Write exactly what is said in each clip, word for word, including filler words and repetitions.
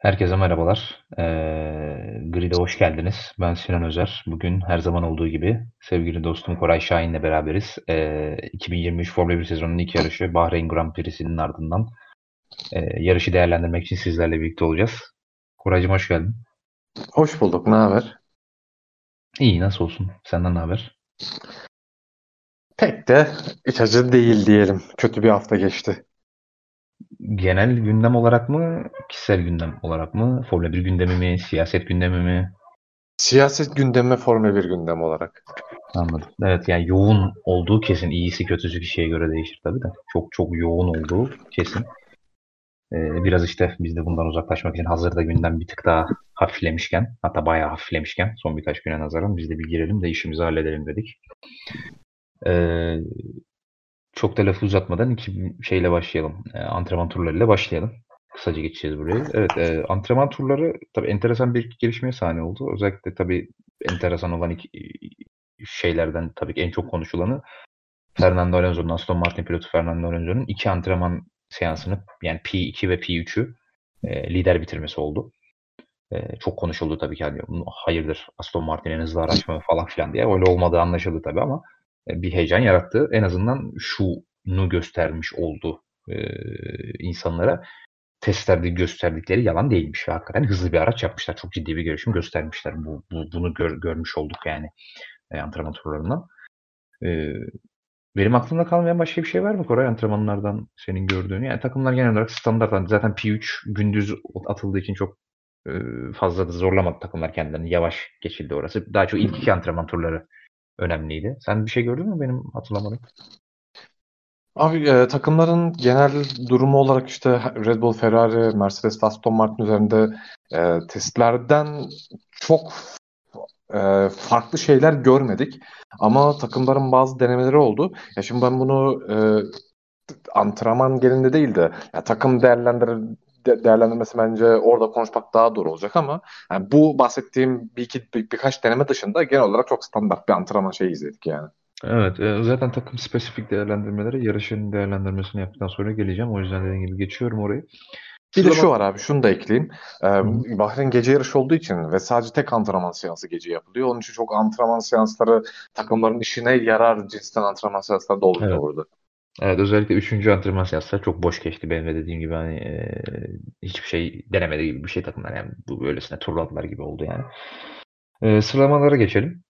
Herkese merhabalar. Eee Grid'e hoş geldiniz. Ben Sinan Özer. Bugün her zaman olduğu gibi sevgili dostum Koray Şahin'le beraberiz. Eee iki bin yirmi üç Formula bir sezonunun ilk yarışı Bahreyn Grand Prix'sinin ardından eee, yarışı değerlendirmek için sizlerle birlikte olacağız. Koraycığım hoş geldin. Hoş bulduk. Ne haber? İyi, nasıl olsun? Senden ne haber? Pek de iç acı değil diyelim. Kötü bir hafta geçti. Genel gündem olarak mı, kişisel gündem olarak mı, Formula bir gündemi mi, siyaset gündemi mi? Siyaset gündemi Formula bir gündem olarak. Anladım. Evet, yani yoğun olduğu kesin. İyisi kötüsü kişiye göre değişir tabii de. Çok çok yoğun olduğu kesin. Ee, biraz işte biz de bundan uzaklaşmak için hazırda gündem bir tık daha hafiflemişken, hatta bayağı hafiflemişken son birkaç güne nazaran biz de bir girelim de işimizi halledelim dedik. Ee, Çok da lafı uzatmadan iki şeyle başlayalım. Ee, antrenman turlarıyla başlayalım. Kısaca geçeceğiz burayı. Evet, e, antrenman turları tabii enteresan bir gelişmeye sahne oldu. Özellikle tabii enteresan olan iki, şeylerden tabii ki en çok konuşulanı Fernando Alonso'nun, Aston Martin pilotu Fernando Alonso'nun iki antrenman seansını yani P iki ve P üçü e, lider bitirmesi oldu. E, çok konuşuldu tabii ki. Hani, hayırdır Aston Martin'in hızlı araç mı falan filan diye. Öyle olmadığı anlaşıldı tabii ama e, bir heyecan yarattı. En azından şunu göstermiş oldu e, insanlara. Testlerde gösterdikleri yalan değilmiş. Hakikaten hızlı bir araç yapmışlar. Çok ciddi bir gelişim göstermişler. Bu, bu bunu gör, görmüş olduk yani e, antrenman turlarından. E, Benim aklımda kalmayan başka bir şey var mı Koray antrenmanlardan senin gördüğün? Yani takımlar genel olarak standart. Hani zaten P üç gündüz atıldığı için çok e, fazla da zorlamadı takımlar kendilerini. Yavaş geçildi orası. Daha çok ilk iki antrenman turları önemliydi. Sen bir şey gördün mü benim hatırlamadığım? Abi e, takımların genel durumu olarak işte Red Bull, Ferrari, Mercedes, Aston Martin üzerinde e, testlerden çok e, farklı şeyler görmedik. Ama takımların bazı denemeleri oldu. Ya şimdi ben bunu e, antrenman genelinde değil de ya takım değerlendir de- değerlendirmesi bence orada konuşmak daha doğru olacak ama yani bu bahsettiğim bir iki bir, birkaç deneme dışında genel olarak çok standart bir antrenman şeyi izledik yani. Evet, e, zaten takım spesifik değerlendirmeleri yarışın değerlendirmesini yaptıktan sonra geleceğim. O yüzden dediğim gibi geçiyorum orayı. Bir de Sıralama. şu var abi, şunu da ekleyeyim. Ee, Hı hı. Bahreyn gece yarışı olduğu için ve sadece tek antrenman seansı gece yapılıyor. Onun için çok antrenman seansları takımların işine yarar cinsten antrenman seansları da olmuyor Evet. orada. Evet, özellikle üçüncü antrenman seansları çok boş geçti. Benim de dediğim gibi hani e, hiçbir şey denemedi gibi bir şey takımlar. Yani bu böylesine turladılar gibi oldu yani. E, sıralamalara geçelim.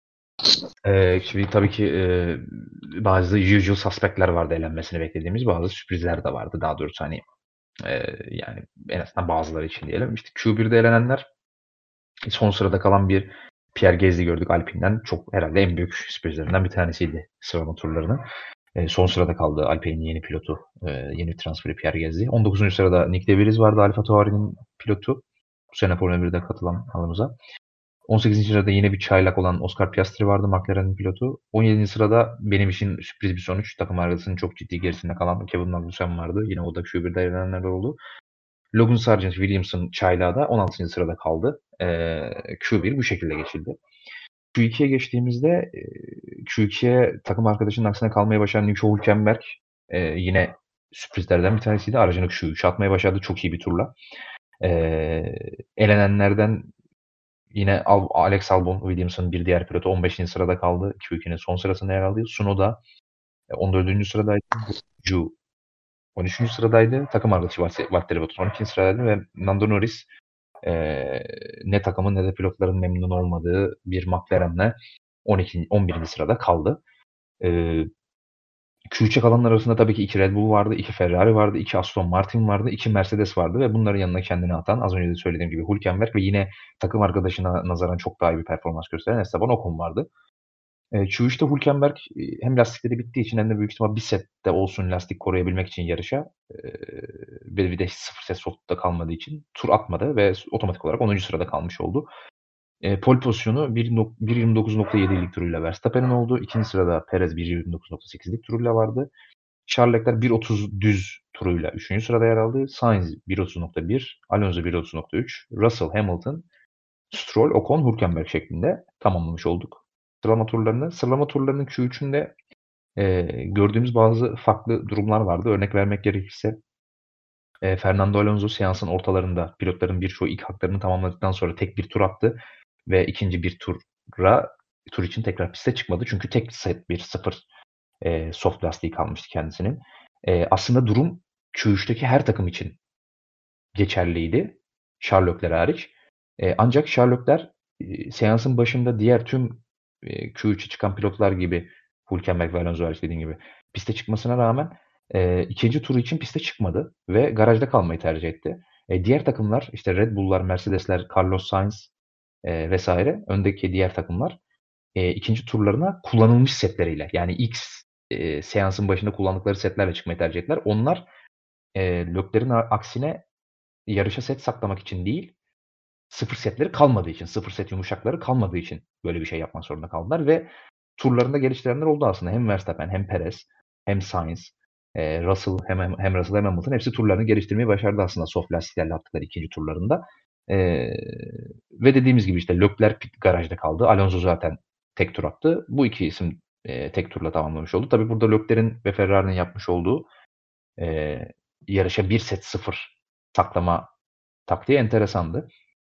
E, şimdi tabii ki e, bazı usual suspect'ler vardı elenmesini beklediğimiz. Bazı sürprizler de vardı. Daha doğrusu hani e, yani en azından bazıları için diyelim. İşte Q birde elenenler son sırada kalan bir Pierre Gasly gördük Alpine'den. Çok herhalde en büyük sürprizlerinden bir tanesiydi sıralama turlarının. E, son sırada kaldı Alpine'in yeni pilotu, e, yeni transferi Pierre Gasly. on dokuzuncu sırada Nick De Vries vardı AlphaTauri'nin pilotu. Bu sene Formula birde katılan aramıza. on sekizinci sırada yine bir çaylak olan Oscar Piastri vardı McLaren'in pilotu. on yedinci sırada benim için sürpriz bir sonuç. Takım arkadaşının çok ciddi gerisinde kalan Kevin Magnussen vardı. Yine o da Q birde elenenler oldu. Logan Sargent Williams'ın çaylağı da on altıncı sırada kaldı. E, Q bir bu şekilde geçildi. Q ikiye geçtiğimizde e, Q ikiye takım arkadaşının aksine kalmaya başlayan Nico Hülkenberg e, yine sürprizlerden bir tanesiydi. Aracını Q üçe atmaya başladı çok iyi bir turla. E, Elenenlerden yine Al Alex Albon Williams'ın bir diğer pilotu on beşinci sırada kaldı. Q ikinin son sırasında yer aldı. Tsunoda on dördüncü sıradaydı. Ju on üçüncü sıradaydı. Takım arkadaşı Valtteri Bottas on ikinci sıradaydı ve Lando Norris e, ne takımın ne de pilotların memnun olmadığı bir McLaren'le on iki, on birinci sırada kaldı. E, Q üçe kalanlar arasında tabii ki iki Red Bull vardı, iki Ferrari vardı, iki Aston Martin vardı, iki Mercedes vardı ve bunların yanına kendini atan az önce de söylediğim gibi Hülkenberg ve yine takım arkadaşına nazaran çok daha iyi bir performans gösteren Esteban Ocon vardı. E, Q üçte Hülkenberg e, hem lastikleri bittiği için hem de büyük ihtimal bir sette olsun lastik koruyabilmek için yarışa e, bir, bir de sıfır set softta kalmadığı için tur atmadı ve otomatik olarak onuncu sırada kalmış oldu. E, pole pozisyonu bir yirmi dokuz nokta yedilik turuyla Verstappen'in oldu. İkinci sırada Perez bir yirmi dokuz nokta sekizlik turuyla vardı. Charles Leclerc bir otuz düz turuyla üçüncü sırada yer aldı. Sainz bir otuz nokta bir, Alonso bir otuz nokta üç, Russell, Hamilton, Stroll, Ocon, Hülkenberg şeklinde tamamlamış olduk sıralama turlarını. Sıralama turlarının Q üçünde e, gördüğümüz bazı farklı durumlar vardı. Örnek vermek gerekirse E, Fernando Alonso seansın ortalarında pilotların birçoğu ilk haklarını tamamladıktan sonra tek bir tur attı ve ikinci bir tura tur için tekrar piste çıkmadı. Çünkü tek set bir sıfır e, soft lastiği kalmıştı kendisinin. E, aslında durum Q üçteki her takım için geçerliydi. Sherlockler hariç. E, ancak Sherlockler e, seansın başında diğer tüm e, Q üçe çıkan pilotlar gibi Hülkenberg ve Alonso hariç dediğim gibi piste çıkmasına rağmen e, ikinci turu için piste çıkmadı ve garajda kalmayı tercih etti. E, diğer takımlar işte Red Bull'lar, Mercedes'ler, Carlos Sainz e, vesaire öndeki diğer takımlar e, ikinci turlarına kullanılmış setleriyle yani ilk e, seansın başında kullandıkları setlerle çıkmayı tercih ettiler. Onlar e, Leclerc'in aksine yarışa set saklamak için değil, sıfır setleri kalmadığı için, sıfır set yumuşakları kalmadığı için böyle bir şey yapmak zorunda kaldılar ve turlarında geliştirenler oldu aslında. Hem Verstappen hem Perez hem Sainz, e, Russell hem, hem Russell hem Hamilton hepsi turlarını geliştirmeyi başardı aslında soft lastiklerle attıkları ikinci turlarında. E, ve dediğimiz gibi işte Leclerc pit garajda kaldı. Alonso zaten tek tur attı. Bu iki isim e, tek turla tamamlamış oldu. Tabii burada Leclerc'in ve Ferrari'nin yapmış olduğu e, yarışa bir set sıfır saklama taktiği enteresandı.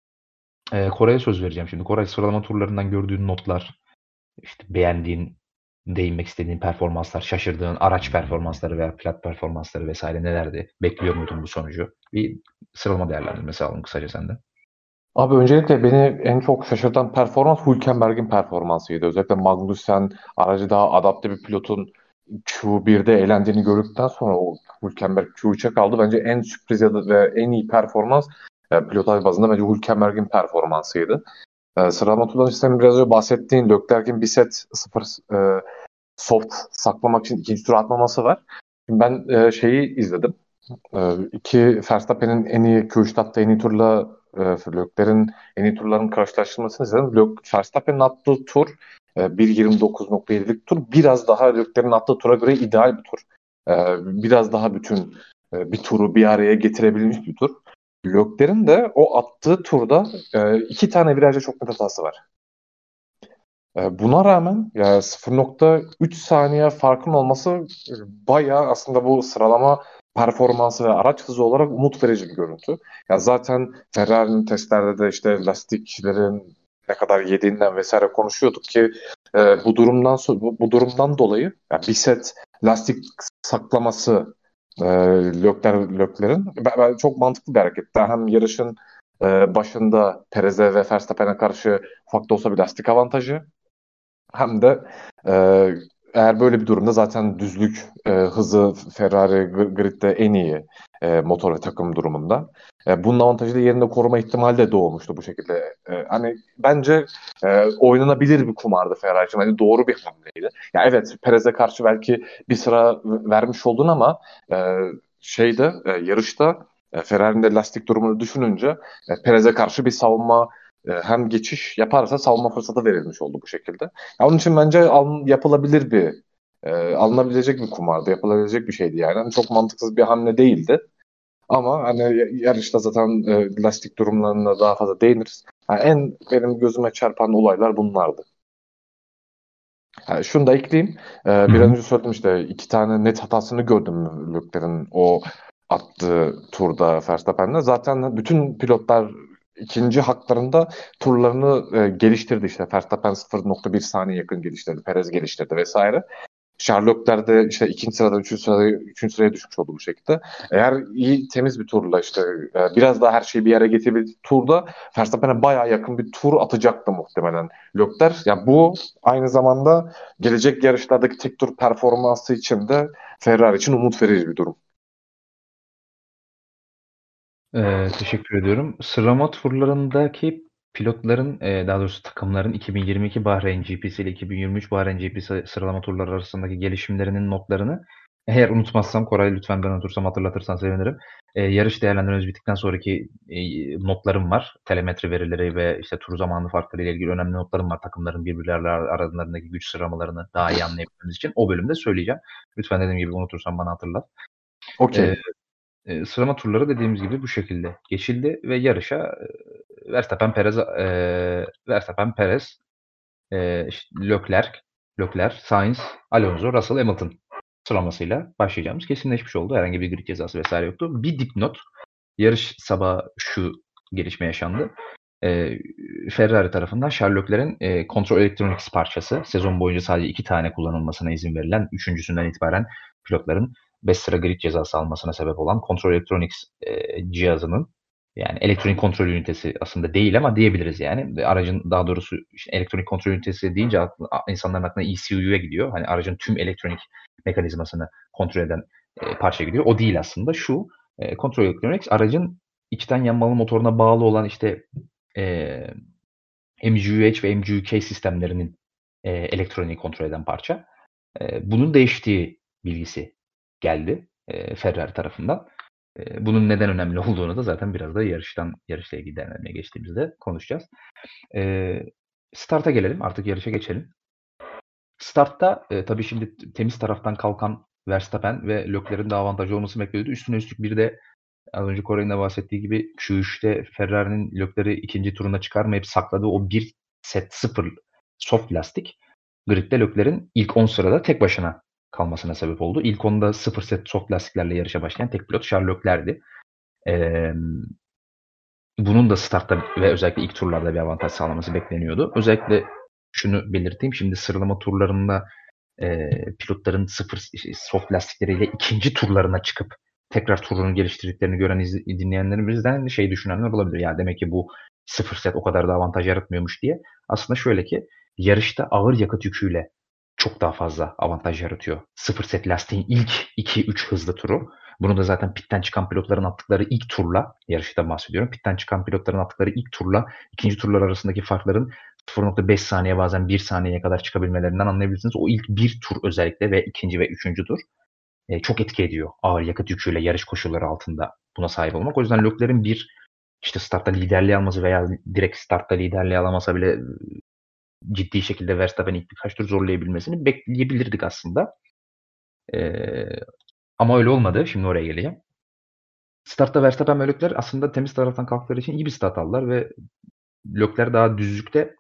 Ee, Koray'a söz vereceğim şimdi. Koray sıralama turlarından gördüğün notlar, işte beğendiğin, değinmek istediğin performanslar, şaşırdığın araç performansları veya plat performansları vesaire nelerdi? Bekliyor muydun bu sonucu? Bir sıralama değerlendirmesi alalım kısaca senden. Abi öncelikle beni en çok şaşırtan performans Hülkenberg'in performansıydı. Özellikle Magnussen aracı daha adapte bir pilotun Q birde eğlendiğini gördükten sonra o Hülkenberg Q üçe kaldı. Bence en sürpriz ya da ve en iyi performans e, pilotaj bazında bence Hülkenberg'in performansıydı. E, sıralama turları sistemi biraz önce bahsettiğin Leclerc'in bir set sıfır e, soft saklamak için ikinci tur atmaması var. Şimdi ben e, şeyi izledim. E, iki Verstappen'in en iyi Q üçte attığı en iyi turla e, Leclerc'in en iyi turların karşılaştırmasını izledim. Lök- Verstappen'in attığı tur e, bir yirmi dokuz nokta yedilik tur. Biraz daha Leclerc'in attığı tura göre ideal bir tur. E, biraz daha bütün e, bir turu bir araya getirebilmiş bir tur. Leclerc'in de o attığı turda e, iki tane virajda çok net hatası var. E, Buna rağmen ya sıfır nokta üç saniye farkın olması e, bayağı aslında bu sıralama performansı ve araç hızı olarak umut verici bir görüntü. Ya zaten Ferrari'nin testlerde de işte lastiklerin ne kadar yediğinden vesaire konuşuyorduk ki e, bu durumdan so- bu, bu durumdan dolayı ya bir set lastik saklaması e, Leclerc- Leclerc'in ben, ben çok mantıklı bir hareket. Hem yarışın e, başında Perez'e ve Verstappen'e karşı ufak da olsa bir lastik avantajı hem de e, eğer böyle bir durumda zaten düzlük e, hızı Ferrari gr- gridde en iyi e, motor ve takım durumunda. E, bunun avantajıyla yerinde koruma ihtimali de doğmuştu bu şekilde. E, hani bence e, oynanabilir bir kumardı Ferrari için. Hani doğru bir hamleydi. Ya evet Perez'e karşı belki bir sıra vermiş oldun ama e, şeyde e, yarışta e, Ferrari'nin de lastik durumunu düşününce e, Perez'e karşı bir savunma e, hem geçiş yaparsa savunma fırsatı verilmiş oldu bu şekilde. Ya onun için bence al- yapılabilir bir e, alınabilecek bir kumardı, yapılabilecek bir şeydi yani. Hani çok mantıksız bir hamle değildi. Ama hani yarışta zaten e, lastik durumlarına daha fazla değiniriz. Yani en benim gözüme çarpan olaylar bunlardı. Yani şunu da ekleyeyim. Hı E, bir an hı. önce söyledim işte iki tane net hatasını gördüm Leclerc'in o attığı turda Verstappen'de. Zaten bütün pilotlar ikinci haklarında turlarını e, geliştirdi işte. Verstappen sıfır nokta bir saniye yakın geliştirdi. Perez geliştirdi vesaire. Sherlockler de işte ikinci sıradan üçüncü sıraya, üçüncü sıraya düşmüş oldu bu şekilde. Eğer iyi temiz bir turla işte e, biraz daha her şeyi bir yere getirebildiği turda Verstappen'e bayağı yakın bir tur atacaktı muhtemelen Leclerc. Yani bu aynı zamanda gelecek yarışlardaki tek tur performansı için de Ferrari için umut verici bir durum. Ee, teşekkür ediyorum. Sıralama turlarındaki pilotların, e, daha doğrusu takımların iki bin yirmi iki Bahreyn G P'si ile iki bin yirmi üç Bahreyn G P'si sıralama turları arasındaki gelişimlerinin notlarını eğer unutmazsam Koray lütfen ben unutursam hatırlatırsan sevinirim. Ee, yarış değerlendirmemiz bittikten sonraki e, notlarım var. Telemetri verileri ve işte tur zamanı farkları ile ilgili önemli notlarım var. Takımların birbirleriyle aralarındaki güç sıralamalarını daha iyi anlayabilmemiz için. O bölümde söyleyeceğim. Lütfen dediğim gibi unutursam bana hatırlat. Ee, Okey. e, sıralama turları dediğimiz gibi bu şekilde geçildi ve yarışa e, Verstappen Perez e, Verstappen Perez e, işte Leclerc Leclerc Sainz Alonso Russell Hamilton sıralamasıyla başlayacağımız kesinleşmiş oldu. Herhangi bir grid cezası vesaire yoktu. Bir dipnot. Yarış sabahı şu gelişme yaşandı. E, Ferrari tarafından Sherlock'lerin e, Control Electronics parçası sezon boyunca sadece iki tane kullanılmasına izin verilen, üçüncüsünden itibaren pilotların beş sıra grid cezası almasına sebep olan Control Electronics e, cihazının, yani elektronik kontrol ünitesi aslında değil ama diyebiliriz yani. Aracın daha doğrusu işte elektronik kontrol ünitesi deyince aklı, insanların aklına E C U'ya gidiyor. Hani aracın tüm elektronik mekanizmasını kontrol eden e, parça gidiyor. O değil aslında. Şu e, Control Electronics aracın içten yanmalı motoruna bağlı olan işte e, M G U H ve M G U K sistemlerinin e, elektroniği kontrol eden parça. E, bunun değiştiği bilgisi geldi e, Ferrari tarafından. E, bunun neden önemli olduğunu da zaten biraz da yarıştan yarışla ilgili değerlendirmeye geçtiğimizde konuşacağız. E, start'a gelelim. Artık yarışa geçelim. Start'ta e, tabii şimdi temiz taraftan kalkan Verstappen ve Leclerc'in daha avantajlı olması bekleniyordu. Üstüne üstlük bir de az önce Koray'ın da bahsettiği gibi Q üçte Ferrari'nin Leclerc'i ikinci turuna çıkarmayıp sakladığı o bir set sıfır soft lastik gridde Leclerc'in ilk on sırada tek başına kalmasına sebep oldu. İlk onda sıfır set soft lastiklerle yarışa başlayan tek pilot Charles Leclerc'di. Ee, bunun da startta ve özellikle ilk turlarda bir avantaj sağlaması bekleniyordu. Özellikle şunu belirteyim. Şimdi sıralama turlarında e, pilotların sıfır soft lastikleriyle ikinci turlarına çıkıp tekrar turunu geliştirdiklerini gören iz, dinleyenlerimizden şey düşünenler olabilir. Ya demek ki bu sıfır set o kadar da avantaj yaratmıyormuş diye. Aslında şöyle ki yarışta ağır yakıt yüküyle çok daha fazla avantaj yaratıyor. Sıfır set lastiğin ilk iki üç hızlı turu. Bunu da zaten pitten çıkan pilotların attıkları ilk turla, yarışta bahsediyorum. Pitten çıkan pilotların attıkları ilk turla ikinci turlar arasındaki farkların sıfır nokta beş saniye bazen bir saniyeye kadar çıkabilmelerinden anlayabilirsiniz. O ilk bir tur özellikle ve ikinci ve üçüncü tur e, çok etki ediyor. Ağır yakıt yüküyle yarış koşulları altında buna sahip olmak. O yüzden Leclerc'in bir işte startta liderliği alması veya direkt startta liderliği alamasa bile ciddi şekilde Verstappen'i ilk birkaç tur zorlayabilmesini bekleyebilirdik aslında. Ee, ama öyle olmadı. Şimdi oraya geleceğim. Startta Verstappen ve Leclerc aslında temiz taraftan kalktıkları için iyi bir start aldılar ve Leclerc daha düzlükte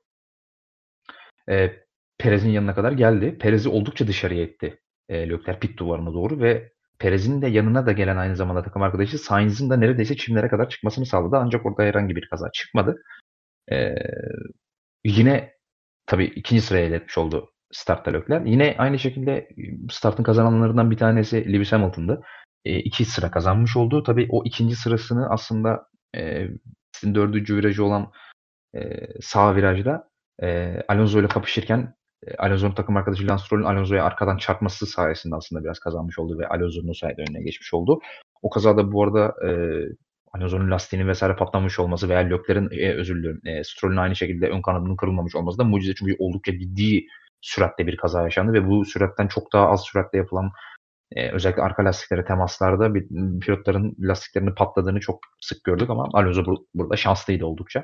e, Perez'in yanına kadar geldi. Perez'i oldukça dışarıya etti e, Leclerc pit duvarına doğru ve Perez'in de yanına da gelen aynı zamanda takım arkadaşı Sainz'in de neredeyse çimlere kadar çıkmasını sağladı. Ancak orada herhangi bir kaza çıkmadı. E, yine tabii ikinci sıraya elde etmiş oldu startta Leclerc. Yine aynı şekilde startın kazananlarından bir tanesi Lewis Hamilton'dı. E, iki sıra kazanmış oldu. Tabii o ikinci sırasını aslında e, dördüncü virajı olan e, sağ virajda e, Alonso ile kapışırken e, Alonso'nun takım arkadaşı Lance Stroll'ün Alonso'ya arkadan çarpması sayesinde aslında biraz kazanmış oldu ve Alonso'nun o sayede önüne geçmiş oldu. O kazada bu arada e, Alonso'nun lastiğinin vesaire patlamış olması veya Leclerc'in e, özür diliyorum e, Stroll'ün aynı şekilde ön kanadının kırılmamış olması da mucize, çünkü oldukça ciddi süratle bir kaza yaşandı ve bu süratten çok daha az süratle yapılan e, özellikle arka lastiklere temaslarda bir, pilotların lastiklerinin patladığını çok sık gördük ama Alonso bur- burada şanslıydı oldukça.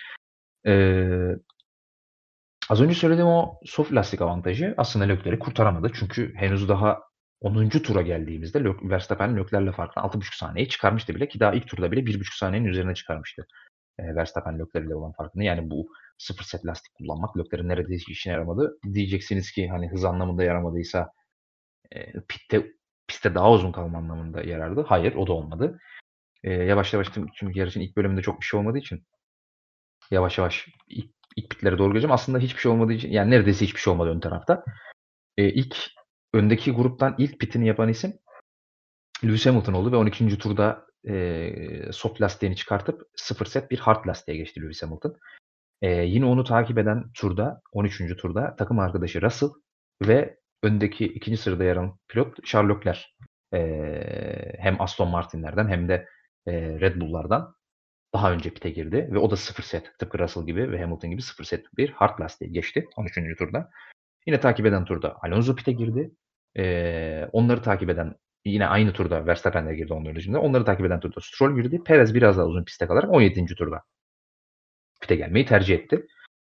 Ee, az önce söylediğim o soft lastik avantajı aslında Leclerc'i kurtaramadı. Çünkü henüz daha onuncu tura geldiğimizde Lö- Verstappen Leclerc'le farkını altı buçuk saniye çıkarmıştı bile ki daha ilk turda bile bir buçuk saniyenin üzerine çıkarmıştı. E, Verstappen Leclerc ile olan farkını. Yani bu sıfır set lastik kullanmak Leclerc'in neredeyse işine yaramadı. Diyeceksiniz ki hani hız anlamında yaramadıysa e, pitte pistte daha uzun kalma anlamında yarardı. Hayır, o da olmadı. E, yavaş yavaş çünkü yarışın ilk bölümünde çok bir şey olmadığı için yavaş yavaş ilk, ilk pitlere doğru geleceğim. Aslında hiçbir şey olmadığı için, yani neredeyse hiçbir şey olmadı ön tarafta. E, ilk öndeki gruptan ilk pitini yapan isim Lewis Hamilton oldu ve on ikinci turda e, soft lastiğini çıkartıp sıfır set bir hard lastiğe geçti Lewis Hamilton. E, yine onu takip eden turda, on üçüncü turda takım arkadaşı Russell ve öndeki ikinci sırada yer alan pilot Charles Leclerc. E, hem Aston Martin'lerden hem de e, Red Bull'lardan daha önce pite girdi ve o da sıfır set, tıpkı Russell gibi ve Hamilton gibi sıfır set bir hard lastiğe geçti on üçüncü turda. Yine takip eden turda Alonso pite girdi. Ee, onları takip eden yine aynı turda Verstappen de girdi onların içinde. Onları takip eden turda Stroll girdi. Perez biraz daha uzun piste kalarak on yedinci turda pite gelmeyi tercih etti.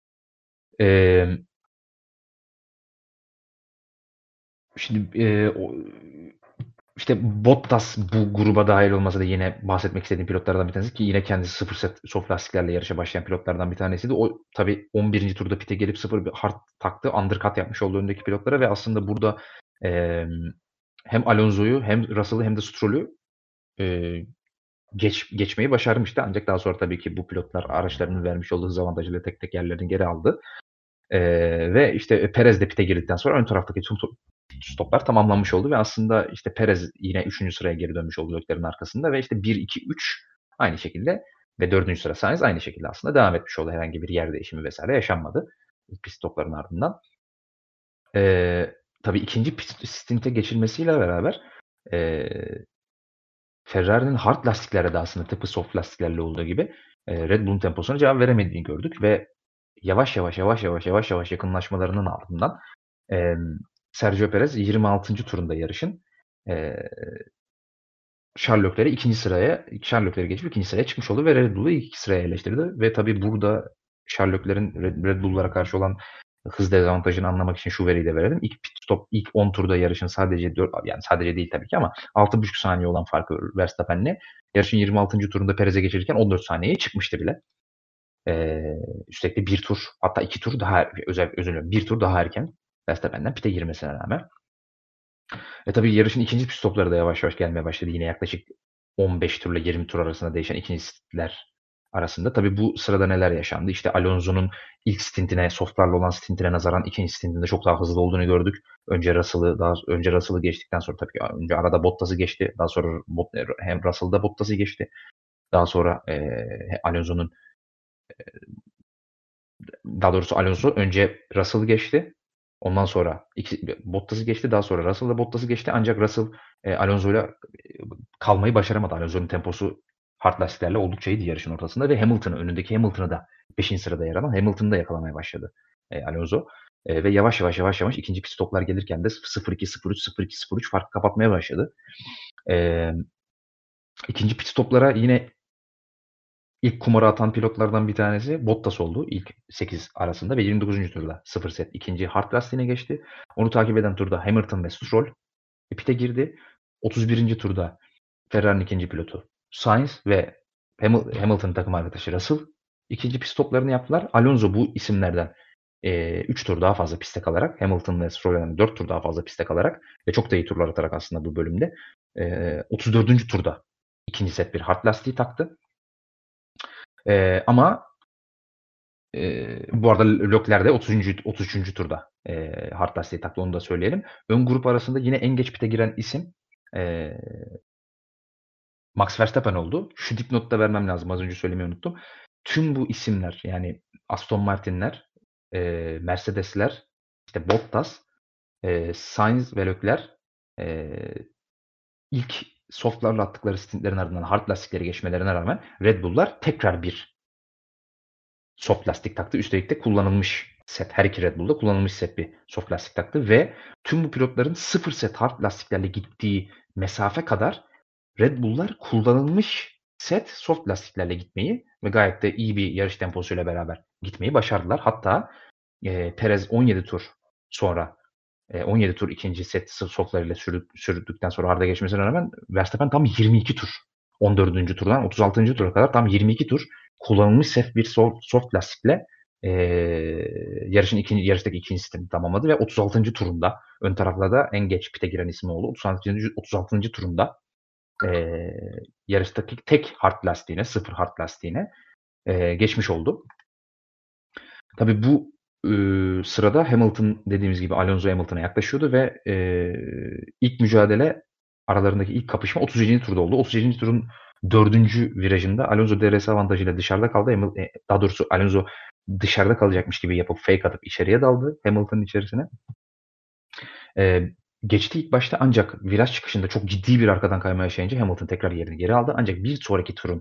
Ee, şimdi e, o, işte Bottas bu gruba dahil olmasa da yine bahsetmek istediğim pilotlardan bir tanesi ki yine kendisi sıfır set soft lastiklerle yarışa başlayan pilotlardan bir tanesiydi. O tabii on birinci turda pite gelip sıfır bir hard taktı. Undercut yapmış olduğu öndeki pilotlara ve aslında burada e, hem Alonso'yu hem Russell'ı hem de Stroll'ü e, geç, geçmeyi başarmıştı. Ancak daha sonra tabii ki bu pilotlar araçlarının vermiş olduğu hız avantajıyla tek tek yerlerini geri aldı. E, ve işte Perez de pite girdikten sonra ön taraftaki tüm stoplar tamamlanmış oldu ve aslında işte Perez yine üçüncü sıraya geri dönmüş oldu Leclerc'in arkasında ve işte bir, iki, üç aynı şekilde ve dördüncü sıra Sainz aynı şekilde aslında devam etmiş oldu. Herhangi bir yer değişimi vesaire yaşanmadı pit stopların ardından. Ee, tabii ikinci pit stint'e geçilmesiyle beraber e, Ferrari'nin hard lastiklere de aslında tıpkı soft lastiklerle olduğu gibi e, Red Bull'un temposuna cevap veremediğini gördük ve yavaş yavaş yavaş yavaş yavaş yavaş yakınlaşmalarının ardından e, Sergio Perez yirmi altıncı turunda yarışın e, Charles Leclerc'i ikinci sıraya Charles Leclerc'i geçip ikinci sıraya çıkmış oldu ve Red Bull'u ilk iki sıraya yerleştirdi. Ve tabii burada Charles Leclerc'in Red, Red Bull'lara karşı olan hız dezavantajını anlamak için şu veriyi de verelim. İlk pit stop, ilk on turda yarışın sadece dört, yani sadece değil tabii ki ama altı buçuk saniye olan farkı Verstappen'le yarışın yirmi altıncı turunda Perez'e geçirirken on dört saniyeye çıkmıştı bile. Ee, üstelik de bir tur, hatta iki tur daha, özel, özür dilerim, bir tur daha erken Verstappen'den pite girmesine rağmen. E tabii yarışın ikinci pit stopları da yavaş yavaş gelmeye başladı. Yine yaklaşık on beş turla yirmi tur arasında değişen ikinci stintler arasında. Tabii bu sırada neler yaşandı? İşte Alonso'nun ilk stintine, softlarla olan stintine nazaran ikinci stintinde çok daha hızlı olduğunu gördük. Önce Russell'ı daha önce Russell'ı geçtikten sonra tabii önce arada Bottas'ı geçti. Daha sonra hem Russell'da Bottas'ı geçti. Daha sonra e, Alonso'nun daha doğrusu Alonso önce Russell'ı geçti. Ondan sonra iki, Bottas'ı geçti. Daha sonra Russell da Bottas'ı geçti. Ancak Russell e, Alonso'yla e, kalmayı başaramadı. Alonso'nun temposu hard lastiklerle oldukça iyiydi yarışın ortasında ve Hamilton'ı, önündeki Hamilton'ı da beşinci sırada yer alan Hamilton'ı da yakalamaya başladı e, Alonso. E, ve yavaş yavaş yavaş yavaş ikinci pit stoplar gelirken de sıfır iki sıfır üç sıfır iki sıfır üç farkı kapatmaya başladı. E, ikinci pit stoplara yine İlk kumarı atan pilotlardan bir tanesi Bottas oldu ilk sekiz arasında ve yirmi dokuzuncu turda sıfır set ikinci hard lastiğine geçti. Onu takip eden turda Hamilton ve Stroll pite girdi. otuz birinci turda Ferrari'nin ikinci pilotu Sainz ve Hamilton takım arkadaşı Russell ikinci pit stoplarını yaptılar. Alonso bu isimlerden üç tur daha fazla piste kalarak, Hamilton ve Stroll'den dört tur daha fazla piste kalarak ve çok da iyi turlar atarak aslında bu bölümde e, otuz dördüncü turda ikinci set bir hard lastiği taktı. Ee, ama e, bu arada Leclerc de otuzuncu otuz üçüncü turda e, hard lastiği taktı, onu da söyleyelim. Ön grup arasında yine en geç pite giren isim e, Max Verstappen oldu. Şu dipnotu vermem lazım, az önce söylemeyi unuttum. Tüm bu isimler, yani Aston Martin'ler, e, Mercedes'ler, işte Bottas, e, Sainz ve Leclerc e, ilk softlarla attıkları stintlerin ardından hard lastikleri geçmelerine rağmen Red Bull'lar tekrar bir soft lastik taktı. Üstelik de kullanılmış set. Her iki Red Bull'da kullanılmış set bir soft lastik taktı ve tüm bu pilotların sıfır set hard lastiklerle gittiği mesafe kadar Red Bull'lar kullanılmış set soft lastiklerle gitmeyi ve gayet de iyi bir yarış temposuyla beraber gitmeyi başardılar. Hatta e, Perez on yedi tur sonra e, on yedi tur ikinci set softlarıyla sürdük, sürdükten sonra hard'a geçmesine rağmen Verstappen tam yirmi iki tur on dördüncü turdan otuz altıncı tura kadar tam yirmi iki tur kullanılmış sef bir soft, soft lastikle e, yarışın ikinci, yarıştaki ikinci stintini tamamladı ve otuz altıncı turunda ön taraflarda en geç pite giren ismi oldu. otuz altıncı, otuz altıncı turunda e, yarıştaki tek hard lastiğine, sıfır hard lastiğine e, geçmiş oldu. Tabii bu e, sırada Hamilton, dediğimiz gibi Alonso Hamilton'a yaklaşıyordu ve e, ilk mücadele, aralarındaki ilk kapışma otuz yedinci turda oldu. otuz yedinci turun dördüncü virajında Alonso D R S avantajıyla dışarıda kaldı. Hamilton, daha doğrusu Alonso dışarıda kalacakmış gibi yapıp fake atıp içeriye daldı Hamilton'ın içerisine. E, geçti ilk başta, ancak viraj çıkışında çok ciddi bir arkadan kayma yaşayınca Hamilton tekrar yerini geri aldı. Ancak bir sonraki turun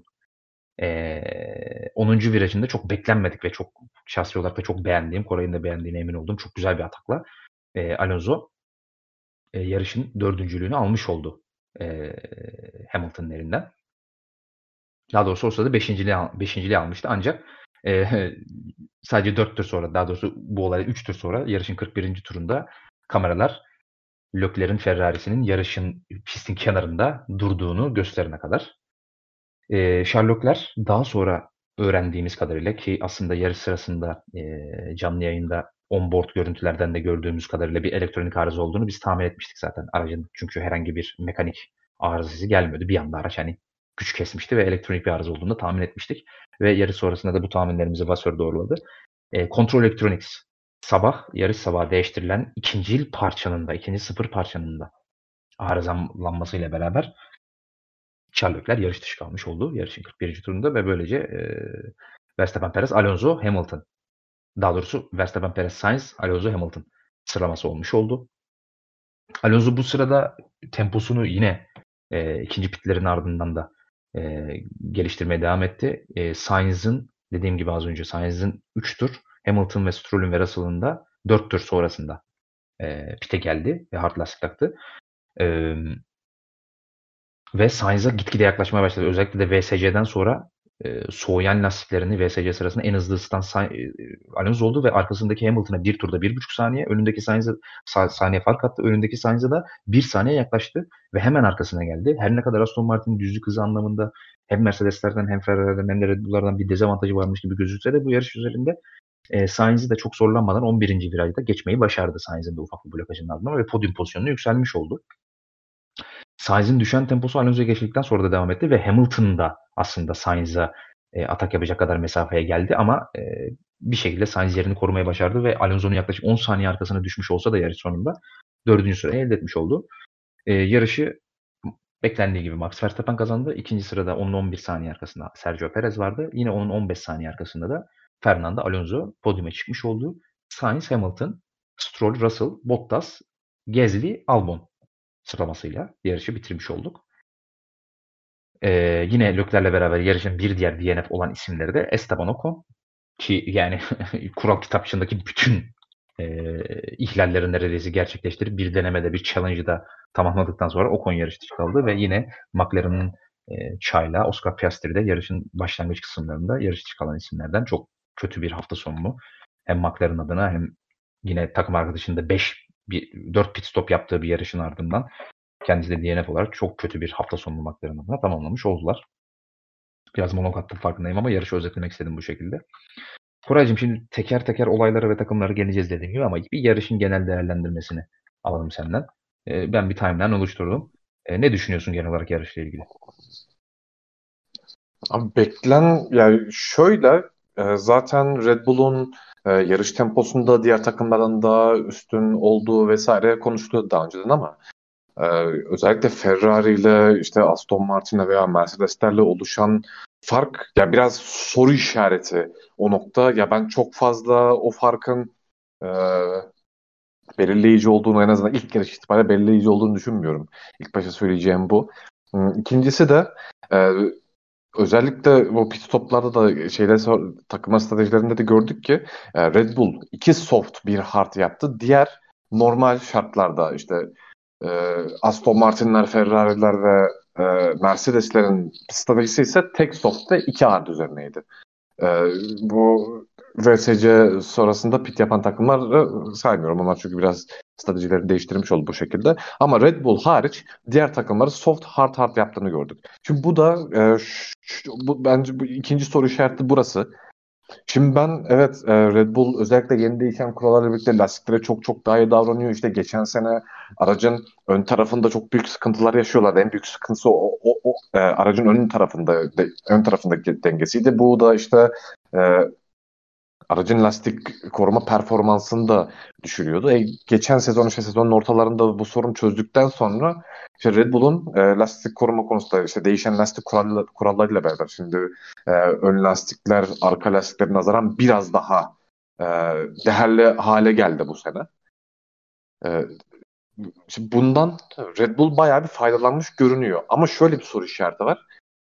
Ee, onuncu virajında çok beklenmedik ve çok şahsi olarak da çok beğendiğim, Koray'ın da beğendiğine emin olduğum çok güzel bir atakla e, Alonso e, yarışın dördüncülüğünü almış oldu e, Hamilton'ın elinden. Daha doğrusu o sırada beşinciliği, beşinciliği almıştı, ancak e, sadece dört tur sonra, daha doğrusu bu olay üç tur sonra yarışın kırk birinci turunda kameralar Leclerc'in Ferrari'sinin yarışın pistin kenarında durduğunu gösterene kadar. E, Charles Leclerc daha sonra öğrendiğimiz kadarıyla, ki aslında yarış sırasında e, canlı yayında onboard görüntülerden de gördüğümüz kadarıyla bir elektronik arıza olduğunu biz tahmin etmiştik zaten aracın. Çünkü herhangi bir mekanik arızası gelmiyordu. Bir anda araç hani güç kesmişti ve elektronik bir arıza olduğunu tahmin etmiştik. Ve yarış sonrasında da bu tahminlerimizi Vasseur doğruladı. E, Control Electronics sabah, yarış sabahı değiştirilen ikinci parçanın da, ikinci sıfır parçanın da arızalanmasıyla beraber Charles Leclerc yarış dışı kalmış oldu yarışın kırk birinci turunda ve böylece e, Verstappen, Perez, Alonso, Hamilton, daha doğrusu Verstappen, Perez, Sainz, Alonso, Hamilton sıralaması olmuş oldu. Alonso bu sırada temposunu yine e, ikinci pitlerin ardından da e, geliştirmeye devam etti. E, Sainz'ın dediğim gibi az önce Sainz'ın üç tur, Hamilton ve Stroll'ün ve Russell'ın da dört tur sonrasında e, pite geldi ve hard lastik taktı. E, ve Sainz'a gitgide yaklaşmaya başladı. Özellikle de V S C'den sonra e, soğuyan lastiklerini V S C sırasında en hızlı ısıtan e, Alonso oldu ve arkasındaki Hamilton'a bir turda bir buçuk saniye, önündeki Sainz'a sa- saniye fark attı. Önündeki Sainz'a da bir saniye yaklaştı ve hemen arkasına geldi. Her ne kadar Aston Martin'in düzlük hızı anlamında hem Mercedes'lerden hem Ferrari'lerden hem de Red Bull'lardan bir dezavantajı varmış gibi gözükse de bu yarış üzerinde e, Sainz'i de çok zorlanmadan on birinci virajda geçmeyi başardı Sainz'in de ufak bir blokajının ardından ve podyum pozisyonuna yükselmiş oldu. Sainz'in düşen temposu Alonso'ya geçildikten sonra da devam etti ve Hamilton da aslında Sainz'a e, atak yapacak kadar mesafeye geldi ama e, bir şekilde Sainz yerini korumaya başardı ve Alonso'nun yaklaşık on saniye arkasına düşmüş olsa da yarış sonunda dördüncü sırayı elde etmiş oldu. E, yarışı beklendiği gibi Max Verstappen kazandı. İkinci sırada onun on bir saniye arkasında Sergio Perez vardı. Yine onun on beş saniye arkasında da Fernando Alonso podyuma çıkmış oldu. Sainz, Hamilton, Stroll, Russell, Bottas, Gasly, Albon sıralamasıyla yarışı bitirmiş olduk. Ee, yine Leclerc'le beraber yarışın bir diğer D N F olan isimleri de Esteban Ocon ki yani kural kitapçığındaki bütün e, ihlalleri neredeyse gerçekleştirip bir denemede bir challenge'ı da tamamladıktan sonra Ocon yarış dışı kaldı ve yine McLaren'ın e, çayla Oscar Piastri de yarışın başlangıç kısımlarında yarış dışı kalan isimlerden çok kötü bir hafta sonu hem McLaren adına hem yine takım arkadaşında beş bir, dört pit stop yaptığı bir yarışın ardından kendisi de D N F olarak çok kötü bir hafta sonu McLaren adına tamamlamış oldular. Biraz monolog attım farkındayım ama yarışı özetlemek istedim bu şekilde. Koraycığım şimdi teker teker olaylara ve takımlara geleceğiz dediğim gibi ama bir yarışın genel değerlendirmesini alalım senden. Ee, ben bir timeline oluşturdum. Ee, ne düşünüyorsun genel olarak yarışla ilgili? Abi beklen yani şöyle e, zaten Red Bull'un e, yarış temposunda diğer takımlardan daha üstün olduğu vesaire konuşuluyordu daha önceden ama e, özellikle Ferrari ile işte Aston Martin'le veya Mercedes'lerle oluşan fark ya biraz soru işareti o nokta. Ya ben çok fazla o farkın e, belirleyici olduğunu en azından ilk yarış itibariyle belirleyici olduğunu düşünmüyorum. İlk başta söyleyeceğim bu. Hmm, İkincisi de e, özellikle bu pit stoplarda da şeyler takıma stratejilerinde de gördük ki e, Red Bull iki soft bir hard yaptı. Diğer normal şartlarda işte e, Aston Martin'ler, Ferrari'ler ve e, Mercedes'lerin stratejisi ise tek soft ve iki hard üzerineydi. E, bu V S C sonrasında pit yapan takımları saymıyorum. Onlar çünkü biraz stratejilerini değiştirmiş oldu bu şekilde. Ama Red Bull hariç diğer takımları soft hard hard yaptığını gördük. Şimdi bu da e, şu, bu, bence bu ikinci soru işareti burası. Şimdi ben evet e, Red Bull özellikle yeni değişen kurallarla birlikte lastiklere çok çok daha iyi davranıyor. İşte geçen sene aracın ön tarafında çok büyük sıkıntılar yaşıyorlardı. En büyük sıkıntısı o, o, o e, aracın ön tarafında de, ön tarafındaki dengesiydi. Bu da işte e, aracın lastik koruma performansını da düşürüyordu. E, geçen sezon işte sezonun ortalarında bu sorun çözdükten sonra işte Red Bull'un e, lastik koruma konusunda işte değişen lastik kuralları, kurallarıyla beraber şimdi e, ön lastikler arka lastiklerine nazaran biraz daha e, değerli hale geldi bu sene. E, şimdi bundan Red Bull bayağı bir faydalanmış görünüyor. Ama şöyle bir soru işareti var.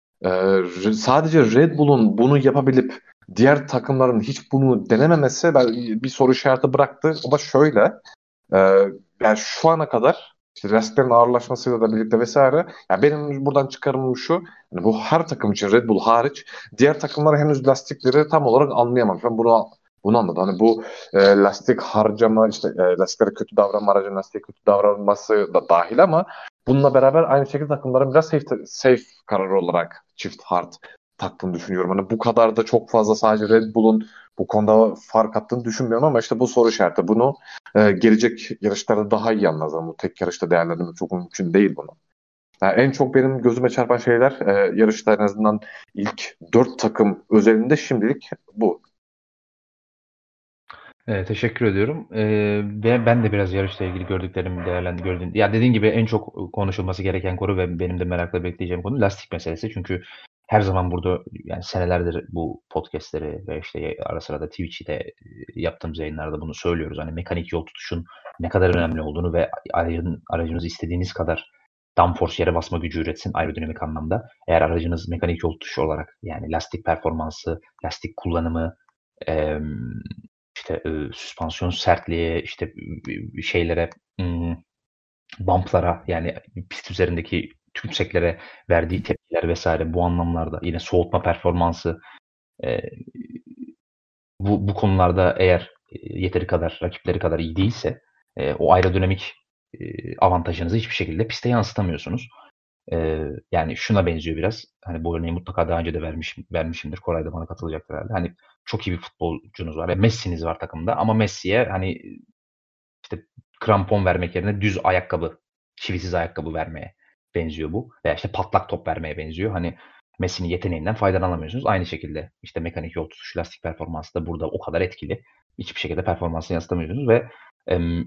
Ee, sadece Red Bull'un bunu yapabilip diğer takımların hiç bunu denememesi ben, bir soru işareti bıraktı. O da şöyle. E, yani şu ana kadar işte lastiklerin ağırlaşmasıyla da birlikte vesaire. Yani benim buradan çıkarımım şu. Yani bu her takım için Red Bull hariç diğer takımlar henüz lastikleri tam olarak anlayamamış. Ben bunu bunu anladım. Hani bu e, lastik harcama işte e, lastiklere kötü davranma aracın lastiğe kötü davranması da dahil ama bununla beraber aynı şekilde takımların biraz safe, safe kararı olarak çift hard taktığını düşünüyorum. Hani bu kadar da çok fazla sadece Red Bull'un bu konuda fark attığını düşünmüyorum ama işte bu soru işareti. Bunu e, gelecek yarışlarda daha iyi anlarım. Bu tek yarışta değerlendirmek çok mümkün değil bunu. Yani en çok benim gözüme çarpan şeyler e, yarışta en azından ilk dört takım özelinde şimdilik bu. Evet, teşekkür ediyorum. Ee, ve ben de biraz yarışla ilgili gördüklerimi değerlendirdim. Ya dediğin gibi en çok konuşulması gereken konu ve benim de merakla bekleyeceğim konu lastik meselesi. Çünkü her zaman burada yani senelerdir bu podcastleri ve işte ara sıra da Twitch'te e, yaptığımız yayınlarda bunu söylüyoruz. Hani mekanik yol tutuşun ne kadar önemli olduğunu ve aracın, aracınız istediğiniz kadar downforce yere basma gücü üretsin aerodinamik anlamda. Eğer aracınız mekanik yol tutuşu olarak yani lastik performansı, lastik kullanımı, em, işte e, süspansiyon sertliği, işte e, şeylere, ım, bumplara yani pist üzerindeki tümseklere verdiği tepkiler vesaire bu anlamlarda yine soğutma performansı e, bu, bu konularda eğer e, yeteri kadar rakipleri kadar iyi değilse e, o aerodinamik e, avantajınızı hiçbir şekilde piste yansıtamıyorsunuz. E, yani şuna benziyor biraz. Hani bu örneği mutlaka daha önce de vermiş, vermişimdir. Koray da bana katılacaktır herhalde. Hani çok iyi bir futbolcunuz var. Yani Messi'niz var takımda ama Messi'ye hani işte krampon vermek yerine düz ayakkabı, çivisiz ayakkabı vermeye benziyor bu. Veya işte patlak top vermeye benziyor. Hani Messi'nin yeteneğinden faydalanamıyorsunuz. Aynı şekilde işte mekanik yol tutuş, lastik performansı da burada o kadar etkili. Hiçbir şekilde performansını yansıtamıyorsunuz ve em,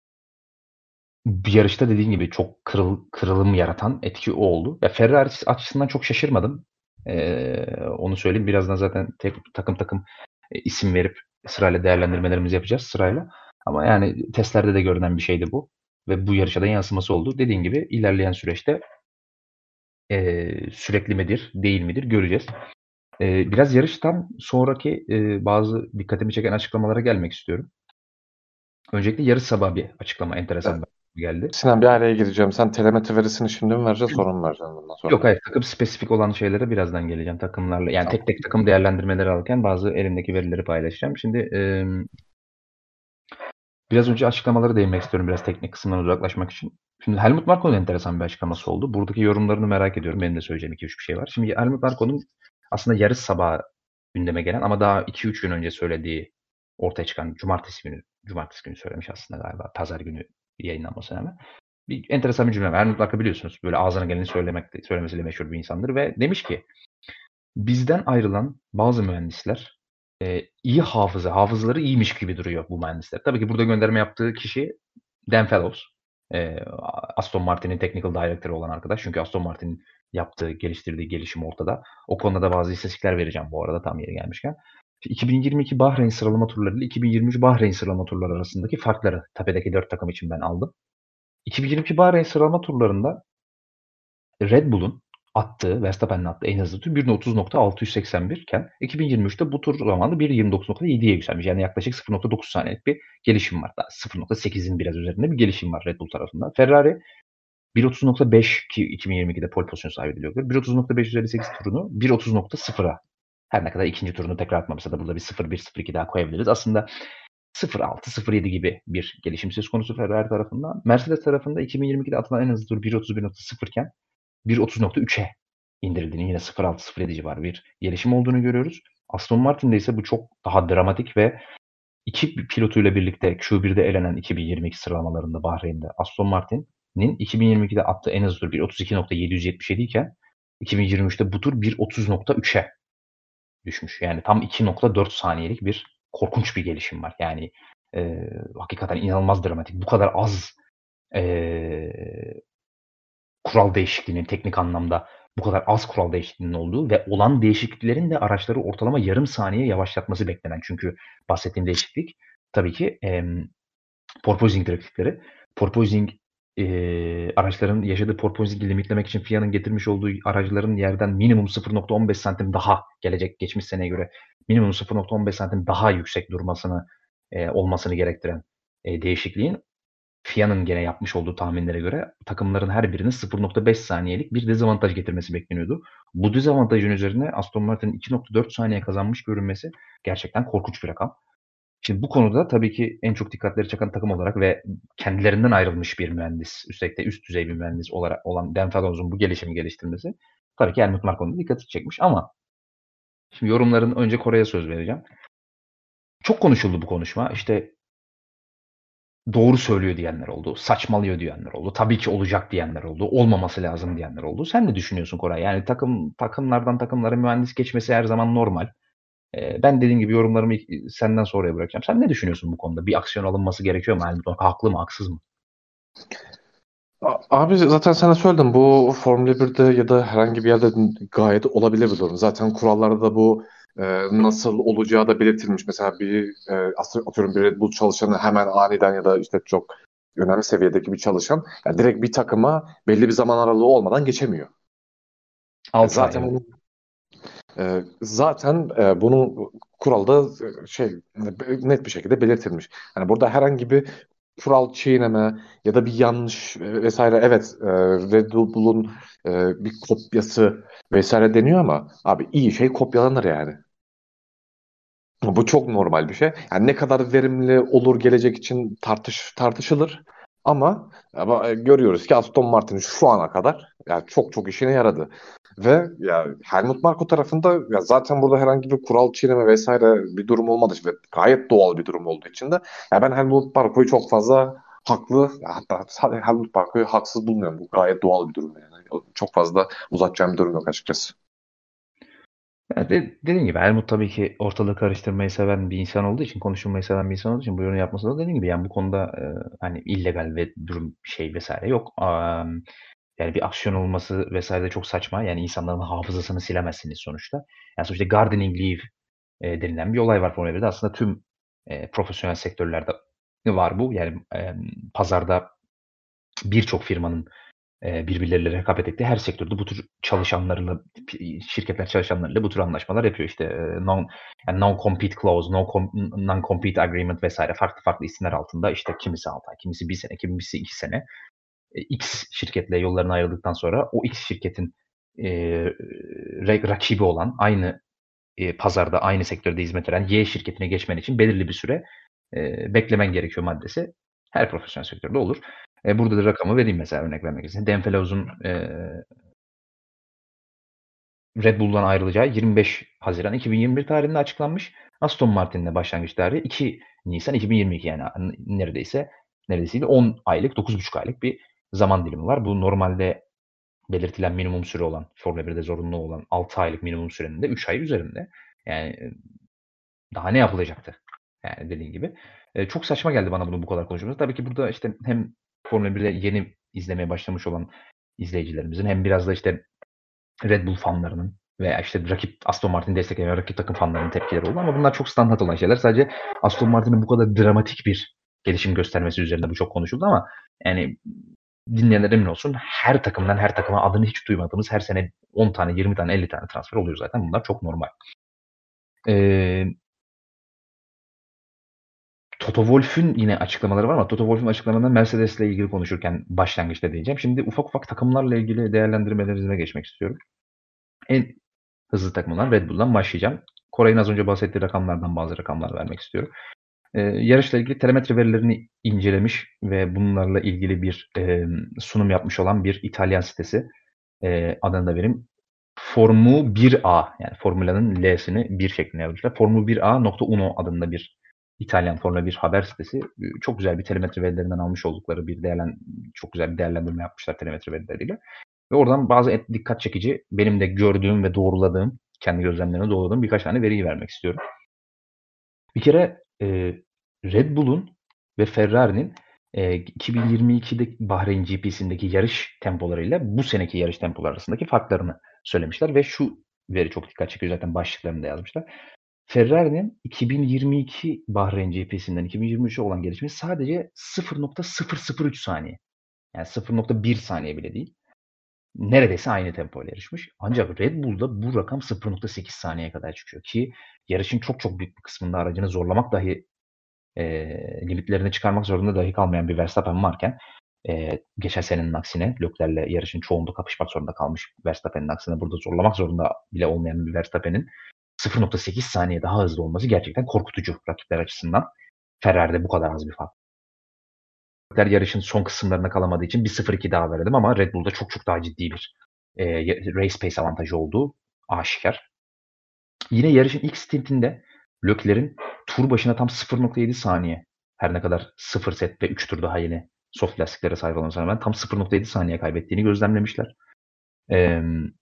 bir yarışta dediğin gibi çok kırıl, kırılım yaratan etki o oldu. Ya Ferrari açısından çok şaşırmadım. Ee, onu söyleyeyim. Birazdan zaten tek, takım takım e, isim verip sırayla değerlendirmelerimizi yapacağız sırayla. Ama yani testlerde de görünen bir şeydi bu. Ve bu yarışa da yansıması oldu. Dediğin gibi ilerleyen süreçte e, sürekli midir, değil midir göreceğiz. E, biraz yarıştan sonraki e, bazı dikkatimi çeken açıklamalara gelmek istiyorum. Öncelikle yarış sabahı bir açıklama enteresan geldi. Sinan, bir araya gireceğim. Sen telemetri verisini şimdi mi vereceksin, sonra mı vereceksin bundan sonra? Yok, hayır, takım spesifik olan şeylere birazdan geleceğim takımlarla. Yani Tamam. tek tek takım değerlendirmeleri alırken bazı elimdeki verileri paylaşacağım. Şimdi e, biraz önce açıklamaları değinmek istiyorum biraz teknik kısımdan uzaklaşmak için. Şimdi Helmut Marko'nun enteresan bir açıklaması oldu. Buradaki yorumlarını merak ediyorum. Benim de söyleyeceğim iki üç bir şey var. Şimdi Helmut Marko'nun aslında yarış sabahı gündeme gelen ama daha iki üç gün önce söylediği ortaya çıkan cumartesi günü cumartesi günü söylemiş aslında galiba. Pazar günü yayınlanmasına hemen. Bir enteresan bir cümle var. Helmut Marko biliyorsunuz böyle ağzına geleni söylemek, söylemesiyle meşhur bir insandır ve demiş ki bizden ayrılan bazı mühendisler e, iyi hafıza, hafızaları iyiymiş gibi duruyor bu mühendisler. Tabii ki burada gönderme yaptığı kişi Dan Fellows. E, Aston Martin'in technical director'ı olan arkadaş. Çünkü Aston Martin'in yaptığı, geliştirdiği gelişim ortada. O konuda da bazı istatistikler vereceğim bu arada tam yeri gelmişken. iki bin yirmi iki Bahreyn sıralama turları ile iki bin yirmi üç Bahreyn sıralama turları arasındaki farkları tepedeki dört takım için ben aldım. iki bin yirmi iki Bahreyn sıralama turlarında Red Bull'un attığı, Verstappen'in attığı en hızlı tur bir otuz nokta altı yüz seksen bir iken iki bin yirmi üçte bu tur zamanı bir yirmi dokuz nokta yediye yükselmiş. Yani yaklaşık sıfır nokta dokuz saniyelik bir gelişim var. Daha sıfır nokta sekizin biraz üzerinde bir gelişim var Red Bull tarafından. Ferrari bir otuz nokta beş ki iki bin yirmi ikide pole pozisyon sahibi ediliyor. bir otuz nokta beş yüz elli sekiz turunu bir otuz nokta sıfıra her ne kadar ikinci turunu tekrar atmamışsa da burada bir sıfır bir sıfır iki daha koyabiliriz. Aslında sıfır altı sıfır yedi gibi bir gelişim söz konusu Ferrari tarafından. Mercedes tarafında iki bin yirmi ikide atılan en hızlı tur bir otuz bir nokta sıfır iken bir otuz nokta üçe indirildiğini yine sıfır altı sıfır yedi civarı bir gelişim olduğunu görüyoruz. Aston Martin'de ise bu çok daha dramatik ve iki pilotuyla birlikte Q birde elenen iki bin yirmi iki sıralamalarında Bahreyn'de Aston Martin'in iki bin yirmi ikide attığı en hızlı tur bir otuz iki nokta yedi yüz yetmiş yedi iken iki bin yirmi üçte bu tur bir otuz nokta üçe düşmüş. Yani tam iki nokta dört saniyelik bir korkunç bir gelişim var. Yani e, hakikaten inanılmaz dramatik. Bu kadar az e, kural değişikliğinin teknik anlamda bu kadar az kural değişikliğinin olduğu ve olan değişikliklerin de araçları ortalama yarım saniye yavaşlatması beklenen. Çünkü bahsettiğim değişiklik tabii ki e, porpoising direktifleri. Porpoising e, araçların yaşadığı porpoising'i limitlemek için F I A'nın getirmiş olduğu aracıların yerden minimum sıfır nokta on beş santim daha gelecek geçmiş seneye göre minimum sıfır nokta on beş santim daha yüksek durmasını e, olmasını gerektiren e, değişikliğin F I A'nın gene yapmış olduğu tahminlere göre takımların her birinin sıfır nokta beş saniyelik bir dezavantaj getirmesi bekleniyordu. Bu dezavantajın üzerine Aston Martin'in iki nokta dört saniye kazanmış görünmesi gerçekten korkunç bir rakam. Şimdi bu konuda tabii ki en çok dikkatleri çeken takım olarak ve kendilerinden ayrılmış bir mühendis, üstelik de üst düzey bir mühendis olarak olan Dan Fellows'un bu gelişimi geliştirmesi tabii ki Helmut Marko'nun dikkati çekmiş ama şimdi yorumların önce Kore'ye söz vereceğim. çok konuşuldu bu konuşma. İşte doğru söylüyor diyenler oldu. Saçmalıyor diyenler oldu. Tabii ki olacak diyenler oldu. Olmaması lazım diyenler oldu. Sen ne düşünüyorsun Koray? Yani takım takımlardan takımlara mühendis geçmesi her zaman normal. Ee, ben dediğim gibi yorumlarımı ilk- senden sonraya bırakacağım. Sen ne düşünüyorsun bu konuda? Bir aksiyon alınması gerekiyor mu? Helmut Marko haklı mı, haksız mı? A- Abi zaten sana söyledim, bu Formula birde ya da herhangi bir yerde gayet olabilir bir durum. Zaten kurallarda da bu e, nasıl olacağı da belirtilmiş. Mesela bir e, as- atıyorum bir Red Bull çalışanı hemen aniden ya da işte çok önemli seviyedeki bir çalışan yani direkt bir takıma belli bir zaman aralığı olmadan geçemiyor. Yani altı ay zaten evet. bunu e, zaten e, bunun kuralda e, şey net bir şekilde belirtilmiş. Yani burada herhangi bir kural çiğneme ya da bir yanlış e, vesaire, evet, e, Red Bull'un e, bir kopyası vesaire deniyor ama abi iyi şey kopyalanır yani. Bu çok normal bir şey. Yani ne kadar verimli olur gelecek için tartış tartışılır. Ama, ama e, görüyoruz ki Aston Martin şu ana kadar yani çok çok işine yaradı. Ve ya Helmut Marko tarafında ya zaten burada herhangi bir kural çiğneme vesaire bir durum olmadı ve gayet doğal bir durum olduğu için de ya ben Helmut Marko'yu çok fazla haklı, ya hatta sadece Helmut Marko'yu haksız bulmuyorum. Bu gayet doğal bir durum yani. Çok fazla uzatacağım bir durum yok açıkçası. Ya de, dediğim gibi Helmut tabii ki ortalığı karıştırmayı seven bir insan olduğu için, konuşulmayı seven bir insan olduğu için bu yorumu yapması da dediğim gibi yani bu konuda e, hani illegal ve durum şey vesaire yok. Am, yani bir aksiyon olması vesaire de çok saçma. Yani insanların hafızasını silemezsiniz sonuçta. Yani sonuçta gardening leave e, denilen bir olay var Formula birde. Aslında tüm e, profesyonel sektörlerde var bu. Yani e, pazarda birçok firmanın e, birbirleriyle rekabet ettiği her sektörde bu tür çalışanlarla şirketler çalışanlarıyla bu tür anlaşmalar yapıyor. İşte e, non yani non-compete clause, no non-compete agreement vesaire farklı farklı isimler altında işte kimisi altı ay, kimisi bir sene, kimisi iki sene e, X şirketle yollarına ayrıldıktan sonra o X şirketin e, rakibi olan aynı e, pazarda aynı sektörde hizmet veren Y şirketine geçmen için belirli bir süre e, beklemen gerekiyor maddesi. Her profesyonel sektörde olur. E, burada da rakamı vereyim mesela örnek vermek için. Denfeloz'un e, Red Bull'dan ayrılacağı yirmi beş Haziran iki bin yirmi bir tarihinde açıklanmış. Aston Martin'le başlangıç tarihi iki Nisan iki bin yirmi iki yani neredeyse neredeyse on aylık dokuz buçuk aylık bir zaman dilimi var. Bu normalde belirtilen minimum süre olan Formula birde zorunlu olan altı aylık minimum sürenin de üç ay üzerinde. Yani daha ne yapılacaktı? Yani dediğin gibi. E, çok saçma geldi bana bunun bu kadar konuşması. Tabii ki burada işte hem Formula birde yeni izlemeye başlamış olan izleyicilerimizin hem biraz da işte Red Bull fanlarının veya işte rakip Aston Martin destekleyen rakip takım fanlarının tepkileri oldu ama bunlar çok standart olan şeyler. Sadece Aston Martin'in bu kadar dramatik bir gelişim göstermesi üzerinde bu çok konuşuldu ama yani dinleyenler emin olsun her takımdan her takıma adını hiç duymadığımız her sene on tane, yirmi tane, elli tane transfer oluyor zaten. Bunlar çok normal. Ee, Toto Wolff'ün yine açıklamaları var ama Toto Wolff'ün açıklamalarında Mercedes'le ilgili konuşurken başlangıçta diyeceğim. Şimdi ufak ufak takımlarla ilgili değerlendirmelerine geçmek istiyorum. En hızlı takım olan Red Bull'dan başlayacağım. Koray'ın az önce bahsettiği rakamlardan bazı rakamlar vermek istiyorum. Ee, yarışla ilgili telemetre verilerini incelemiş ve bunlarla ilgili bir e, sunum yapmış olan bir İtalyan sitesi. E, adını da vereyim. Formu bir A yani Formula'nın L'sini bir şeklinde yazmışlar. Formu bir A nokta uno adında bir İtalyan Formula bir haber sitesi. Çok güzel bir telemetre verilerinden almış oldukları bir değerlen çok güzel bir değerlendirme yapmışlar telemetre verileriyle. Ve oradan bazı et, dikkat çekici benim de gördüğüm ve doğruladığım, kendi gözlemlerime doğruladığım birkaç tane veriyi vermek istiyorum. Bir kere e, Red Bull'un ve Ferrari'nin e, iki bin yirmi ikide Bahreyn G P'sindeki yarış tempolarıyla bu seneki yarış tempoları arasındaki farklarını söylemişler ve şu veri çok dikkat çekiyor zaten başlıklarında yazmışlar. Ferrari'nin iki bin yirmi iki Bahreyn G P'sinden iki bin yirmi üçe olan gelişimi sadece sıfır nokta sıfır sıfır üç saniye. Yani sıfır nokta bir saniye bile değil. Neredeyse aynı tempoyla yarışmış. Ancak Red Bull'da bu rakam sıfır nokta sekiz saniyeye kadar çıkıyor ki yarışın çok çok büyük bir kısmında aracını zorlamak dahi e, limitlerini çıkarmak zorunda dahi kalmayan bir Verstappen varken e, geçen senenin aksine Leclerc'le yarışın çoğunda kapışmak zorunda kalmış Verstappen'in aksine burada zorlamak zorunda bile olmayan bir Verstappen'in sıfır nokta sekiz saniye daha hızlı olması gerçekten korkutucu rakipler açısından. Ferrari'de bu kadar az bir fark. Leclerc yarışın son kısımlarına kalamadığı için bir sıfır iki daha verelim ama Red Bull'da çok çok daha ciddi bir e, race pace avantajı olduğu aşikar. Yine yarışın ilk stintinde Leclerc'in tur başına tam sıfır nokta yedi saniye. Her ne kadar sıfır set ve üç tur daha yeni soft lastiklere sahip olmasına rağmen tam sıfır nokta yedi saniye kaybettiğini gözlemlemişler. Ee,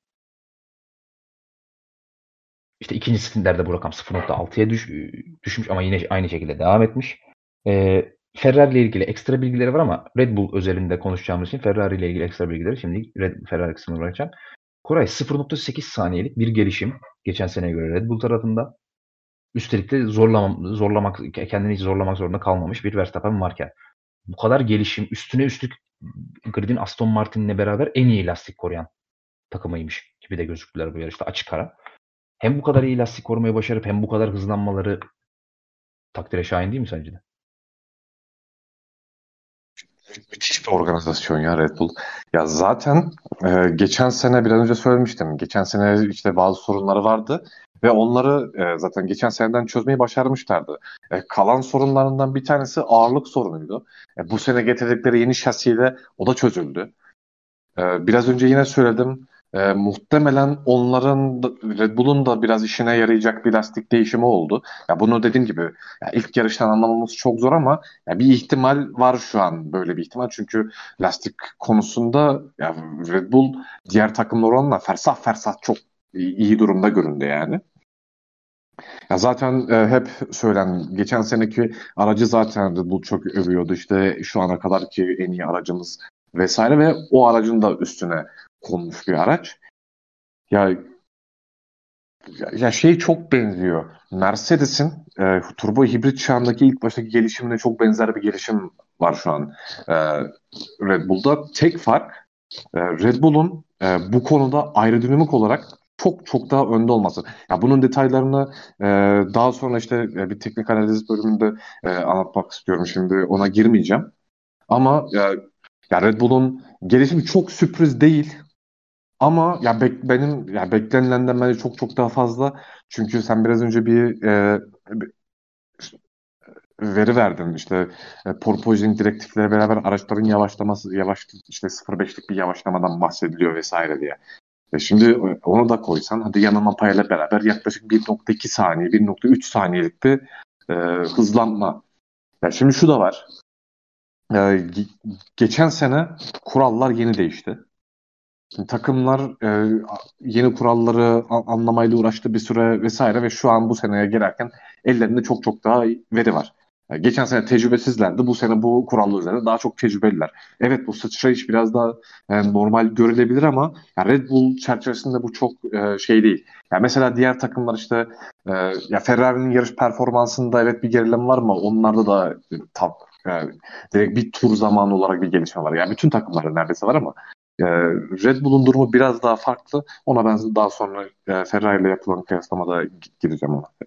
işte ikinci sprintlerde bu rakam sıfır nokta altıya düş, düşmüş ama yine aynı şekilde devam etmiş. Ee, Ferrari ile ilgili ekstra bilgileri var ama Red Bull özelinde konuşacağımız için Ferrari ile ilgili ekstra bilgileri şimdi Red, Ferrari kısmına bırakacağım. Koray sıfır nokta sekiz saniyelik bir gelişim geçen seneye göre Red Bull tarafında. Üstelik de zorlama, zorlamak, kendini hiç zorlamak zorunda kalmamış bir Verstappen varken. Bu kadar gelişim, üstüne üstlük gridin Aston Martin'le beraber en iyi lastik koruyan takımıymış gibi de gözüktüler bu yarışta açık ara. Hem bu kadar iyi lastik korumayı başarıp hem bu kadar hızlanmaları takdire şayan değil mi sence de? Müthiş bir organizasyon ya Red Bull. Ya zaten e, geçen sene biraz önce söylemiştim. Geçen sene işte bazı sorunları vardı ve onları e, zaten geçen seneden çözmeyi başarmışlardı. E, kalan sorunlarından bir tanesi ağırlık sorunuydu. E, bu sene getirdikleri yeni şasiyle o da çözüldü. Ee, biraz önce yine söyledim. Ee, muhtemelen onların da- Red Bull'un da biraz işine yarayacak bir lastik değişimi oldu. Ya bunu dediğim gibi ya ilk yarıştan anlamamız çok zor ama ya bir ihtimal var şu an böyle bir ihtimal. Çünkü lastik konusunda ya Red Bull diğer takımlar oranla fersah fersah çok iyi, iyi durumda göründü yani. Ya zaten e, hep söylen geçen seneki aracı zaten Red Bull çok övüyordu. İşte şu ana kadar ki en iyi aracımız vesaire ve o aracın da üstüne konmuş bir araç. Ya ya şey çok benziyor. Mercedes'in e, turbo hibrit çağındaki ilk baştaki gelişimine çok benzer bir gelişim var şu an e, Red Bull'da. Tek fark e, Red Bull'un e, bu konuda aerodinamik olarak çok çok daha önde olması. Ya bunun detaylarını e, daha sonra işte e, bir teknik analiz bölümünde e, anlatmak istiyorum. Şimdi ona girmeyeceğim. Ama e, ya Red Bull'un gelişimi çok sürpriz değil. Ama ya bek- benim ya beklenilenden bence çok çok daha fazla. Çünkü sen biraz önce bir e, bir veri verdin. İşte e, porpoising direktifleri beraber araçların yavaşlaması, yavaş işte sıfır virgül beşlik bir yavaşlamadan bahsediliyor vesaire diye. E şimdi onu da koysan hadi yanılma payıyla beraber yaklaşık bir nokta iki saniye, bir nokta üç saniyelik bir e, hızlanma. Ya şimdi şu da var. E, ge- geçen sene kurallar yeni değişti. Şimdi takımlar e, yeni kuralları a- anlamayla uğraştı bir süre vesaire ve şu an bu seneye girerken ellerinde çok çok daha veri var. E, geçen sene tecrübesizlerdi. Bu sene bu kurallar üzerinde daha çok tecrübeliler. Evet bu sıçrayış biraz daha e, normal görülebilir ama ya Red Bull çerçevesinde bu çok e, şey değil. Ya mesela diğer takımlar işte e, ya Ferrari'nin yarış performansında evet bir gerileme var ama onlarda da e, tam e, direkt bir tur zamanı olarak bir gelişme var. Yani bütün takımlarda neredeyse var ama ee, Red Bull'un durumu biraz daha farklı. Ona ben daha sonra e, Ferrari ile yapılan kıyaslamada gi- gireceğim ona.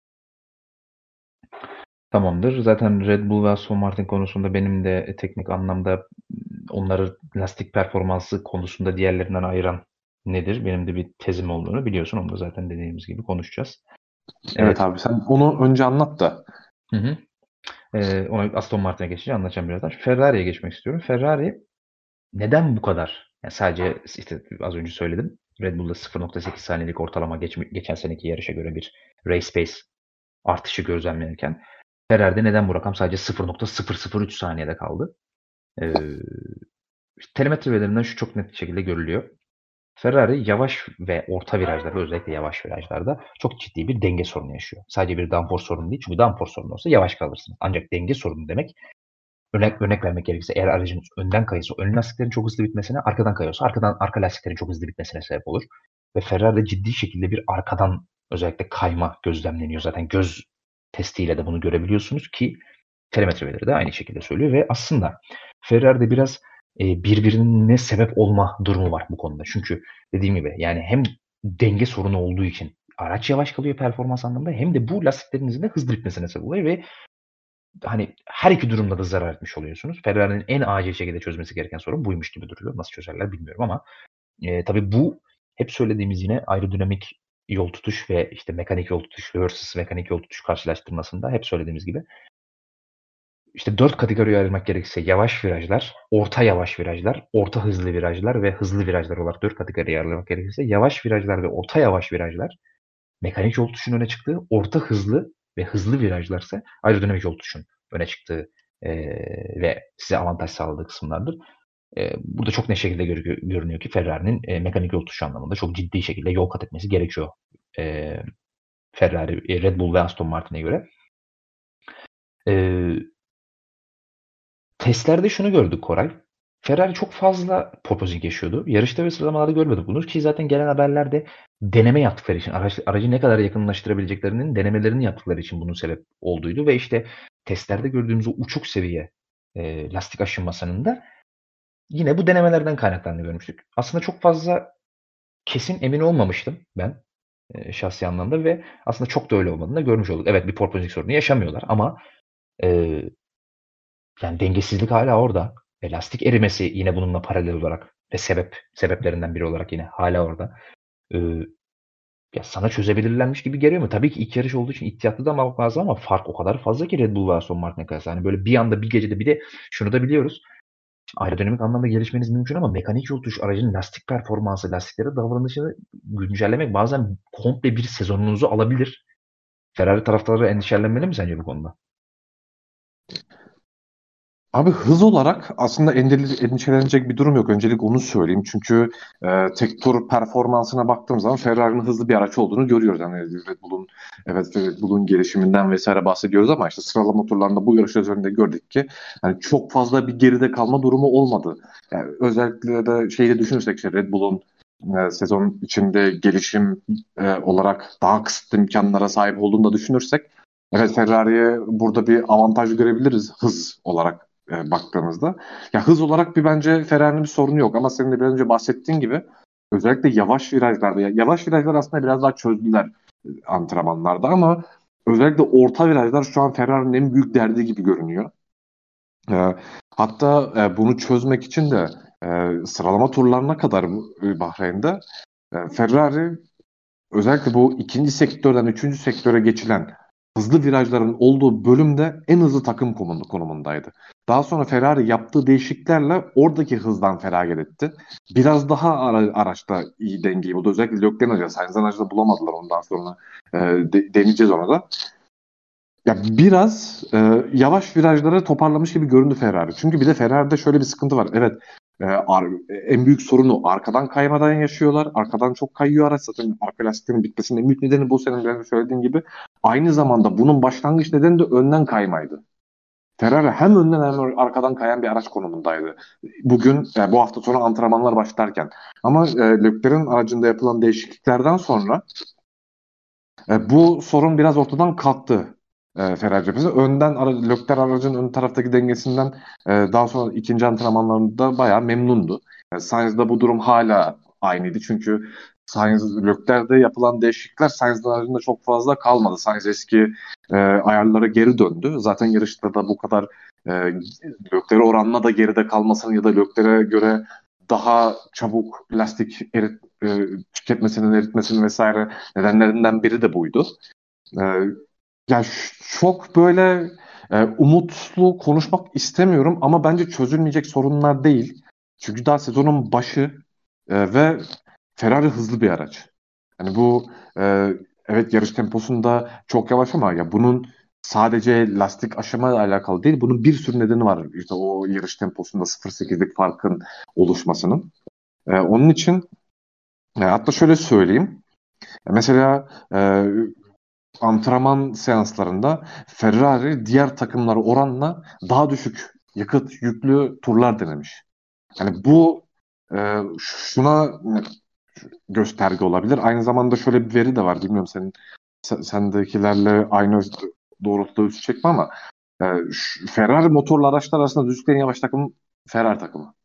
Tamamdır. Zaten Red Bull ve Aston Martin konusunda benim de teknik anlamda onları lastik performansı konusunda diğerlerinden ayıran nedir? Benim de bir tezim olduğunu biliyorsun. Onu da zaten dediğimiz gibi konuşacağız. Evet Evet. abi sen onu önce anlat da. Hı hı. Ee, ona Aston Martin'e geçince anlatacağım birazdan. Ferrari'ye geçmek istiyorum. Ferrari neden bu kadar? Yani sadece işte az önce söyledim. Red Bull'da sıfır nokta sekiz saniyelik ortalama geç, geçen seneki yarışa göre bir race pace artışı gözlemlenirken Ferrari'de neden bu rakam sadece sıfır nokta sıfır sıfır üç saniyede kaldı? Ee, işte telemetri verilerinden şu çok net şekilde görülüyor. Ferrari yavaş ve orta virajlarda özellikle yavaş virajlarda çok ciddi bir denge sorunu yaşıyor. Sadece bir downforce sorunu değil. Çünkü downforce sorunu olsa yavaş kalırsın. Ancak denge sorunu demek örnek, örnek vermek gerekirse eğer aracın önden kayıyorsa ön lastiklerin çok hızlı bitmesine, arkadan kayıyorsa arkadan arka lastiklerin çok hızlı bitmesine sebep olur. Ve Ferrari'de ciddi şekilde bir arkadan özellikle kayma gözlemleniyor. Zaten göz testiyle de bunu görebiliyorsunuz ki telemetri verileri de aynı şekilde söylüyor ve aslında Ferrari'de biraz e, birbirine sebep olma durumu var bu konuda. Çünkü dediğim gibi yani hem denge sorunu olduğu için araç yavaş kalıyor performans anlamında hem de bu lastiklerinizin de hızlı bitmesine sebep oluyor ve hani her iki durumda da zarar etmiş oluyorsunuz. Ferrari'nin en acil şekilde çözmesi gereken sorun buymuş gibi duruyor. Nasıl çözerler bilmiyorum ama e, tabii bu hep söylediğimiz yine aerodinamik yol tutuş ve işte mekanik yol tutuş versus mekanik yol tutuş karşılaştırmasında hep söylediğimiz gibi işte dört kategoriye ayırmak gerekirse yavaş virajlar, orta yavaş virajlar, orta hızlı virajlar ve hızlı virajlar olarak dört kategoriye ayırmak gerekirse yavaş virajlar ve orta yavaş virajlar mekanik yol tutuşun öne çıktığı, orta hızlı ve hızlı virajlarsa aerodinamik yol tutuşun öne çıktığı e, ve size avantaj sağladığı kısımlardır. E, burada çok net şekilde gör- görünüyor ki Ferrari'nin e, mekanik yol tutuşu anlamında çok ciddi şekilde yol kat etmesi gerekiyor. E, Ferrari, e, Red Bull ve Aston Martin'e göre. E, Testlerde şunu gördük Koray. Ferrari çok fazla porpoising yaşıyordu. Yarışta ve sıralamalarda görmedik bunu ki zaten gelen haberlerde deneme yaptıkları için, araç, aracı ne kadar yakınlaştırabileceklerinin denemelerini yaptıkları için bunun sebep olduğuydu ve işte testlerde gördüğümüz o uçuk seviye e, lastik aşınmasının da yine bu denemelerden kaynaklandığını görmüştük. Aslında çok fazla kesin emin olmamıştım ben e, şahsi anlamda ve aslında çok da öyle olmadığını da görmüş olduk. Evet, bir porpoising sorunu yaşamıyorlar ama e, yani dengesizlik hala orada. E, lastik erimesi yine bununla paralel olarak ve sebep sebeplerinden biri olarak yine hala orada. E, Ya sana çözebilirlermiş gibi geliyor mu? Tabii ki ilk yarış olduğu için ihtiyatlı da olmak lazım ama fark o kadar fazla ki Red Bull ve Aston Martin'e kıyasla. Hani böyle bir anda bir gecede bir de şunu da biliyoruz. Aerodinamik anlamda gelişmeniz mümkün ama mekanik yol tutuş aracın lastik performansı, lastiklere davranışını güncellemek bazen komple bir sezonunuzu alabilir. Ferrari taraftarları endişelenmeli mi sence bu konuda? Abi hız olarak aslında endişe- endişelenecek bir durum yok. Öncelik onu söyleyeyim. Çünkü e, tek tur performansına baktığım zaman Ferrari'nin hızlı bir araç olduğunu görüyoruz. Yani Red Bull'un evet Red Bull'un gelişiminden vesaire bahsediyoruz ama işte sıralama turlarında bu yarış üzerinde gördük ki yani çok fazla bir geride kalma durumu olmadı. Yani özellikle de şeyi düşünürsek işte Red Bull'un e, sezon içinde gelişim e, olarak daha kısıtlı imkanlara sahip olduğunu da düşünürsek evet Ferrari'ye burada bir avantaj görebiliriz hız olarak e, baktığımızda. Ya hız olarak bir bence Ferrari'nin bir sorunu yok ama senin de biraz önce bahsettiğin gibi özellikle yavaş virajlarda ya yavaş virajlar aslında biraz daha çözdüler e, antrenmanlarda ama özellikle orta virajlar şu an Ferrari'nin en büyük derdi gibi görünüyor. E, Hatta e, bunu çözmek için de e, sıralama turlarına kadar e, Bahreyn'de e, Ferrari özellikle bu ikinci sektörden üçüncü sektöre geçilen hızlı virajların olduğu bölümde en hızlı takım konumundaydı. Daha sonra Ferrari yaptığı değişikliklerle oradaki hızdan feragat etti. Biraz daha ara, araçta iyi dengeyi buldu. Özellikle Leclerc'in aracı. Sainz'in aracı bulamadılar ondan sonra. E, de, deneyeceğiz ona da. Ya biraz e, yavaş virajlara toparlamış gibi göründü Ferrari. Çünkü bir de Ferrari'de şöyle bir sıkıntı var. Evet, e, ar- en büyük sorunu arkadan kaymadan yaşıyorlar. Arkadan çok kayıyor araç. Zaten arka lastiklerin bitmesinin en büyük nedeni bu senin biraz önce söylediğin gibi. Aynı zamanda bunun başlangıç nedeni de önden kaymaydı. Ferrari hem önden hem arkadan kayan bir araç konumundaydı. Bugün, e, bu hafta sonu antrenmanlar başlarken. Ama e, Leclerc'in aracında yapılan değişikliklerden sonra e, bu sorun biraz ortadan kalktı e, Ferrari cephesi. Önden ara, Leclerc aracın ön taraftaki dengesinden e, daha sonra ikinci antrenmanlarında bayağı memnundu. Yani Sainz'da bu durum hala aynıydı. Çünkü Sainz, Leclerc'de yapılan değişiklikler Sainz'ın aracında çok fazla kalmadı. Sainz eski e, ayarlara geri döndü. Zaten yarışta da bu kadar e, Leclerc'e oranla da geride kalmasının ya da Leclerc'e göre daha çabuk lastik erit, e, tüketmesinin, eritmesinin vesaire nedenlerinden biri de buydu. Ee, Ya ş- çok böyle e, umutlu konuşmak istemiyorum ama bence çözülmeyecek sorunlar değil. Çünkü daha sezonun başı e, ve Ferrari hızlı bir araç. Yani bu e, evet yarış temposunda çok yavaş ama ya bunun sadece lastik aşama ile alakalı değil. Bunun bir sürü nedeni var. İşte o yarış temposunda sıfır virgül sekizlik farkın oluşmasının. E, onun için e, hatta şöyle söyleyeyim. Mesela e, antrenman seanslarında Ferrari diğer takımlara oranla daha düşük yakıt yüklü turlar denemiş. Yani bu e, şuna gösterge olabilir. Aynı zamanda şöyle bir veri de var. Bilmiyorum senin sen- sendekilerle aynı doğrultuda ölçecek mi ama e, şu- Ferrari motorlu araçlar arasında düzlükte en yavaş takım Ferrari takımı.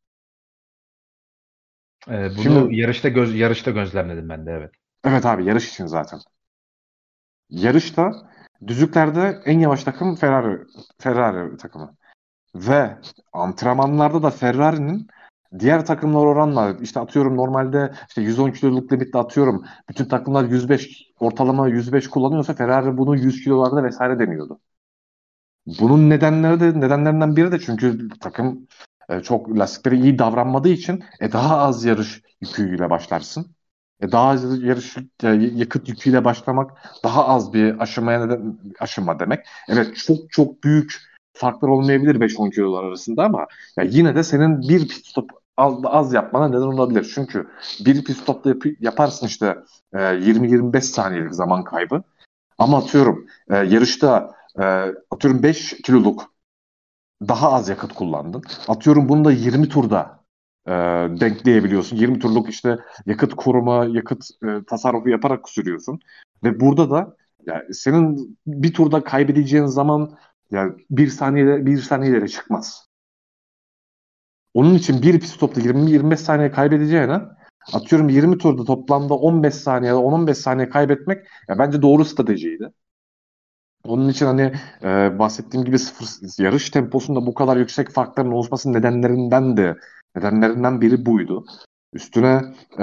E, bunu Şimdi yarışta göz yarışta gözlemledim ben de, evet. evet abi yarış için zaten. Yarışta düzlüklerde en yavaş takım Ferrari Ferrari takımı. Ve antrenmanlarda da Ferrari'nin diğer takımlar oranla işte atıyorum normalde işte yüz on kiloluk limitte atıyorum bütün takımlar yüz beş ortalama yüz beş kullanıyorsa Ferrari bunu yüz kilolarda vesaire deniyordu. Bunun nedenleri de nedenlerinden biri de çünkü takım e, çok lastikleri iyi davranmadığı için e, daha az yarış yüküyle başlarsın. E, daha az yarış e, yakıt yüküyle başlamak daha az bir aşamaya neden, aşama demek. Evet, çok çok büyük farklar olmayabilir beş on kilolar arasında ama ya yine de senin bir pit stop az, az yapmana neden olabilir. Çünkü bir pit stopta yap, yaparsın işte e, yirmi yirmi beş saniyelik zaman kaybı. Ama atıyorum e, yarışta e, atıyorum beş kiloluk daha az yakıt kullandın. Atıyorum bunu da yirmi turda e, denkleyebiliyorsun. yirmi turluk işte yakıt koruma, yakıt e, tasarrufu yaparak sürüyorsun. Ve burada da yani senin bir turda kaybedeceğin zaman yani bir saniyede bir saniyelere çıkmaz. Onun için bir pit stopta yirmi yirmi beş saniye kaybedeceğine atıyorum yirmi turda toplamda on beş saniye on on beş saniye kaybetmek ya bence doğru stratejiydi. Onun için hani e, bahsettiğim gibi sıfır yarış temposunda bu kadar yüksek farkların oluşması nedenlerinden de nedenlerinden biri buydu. Üstüne e,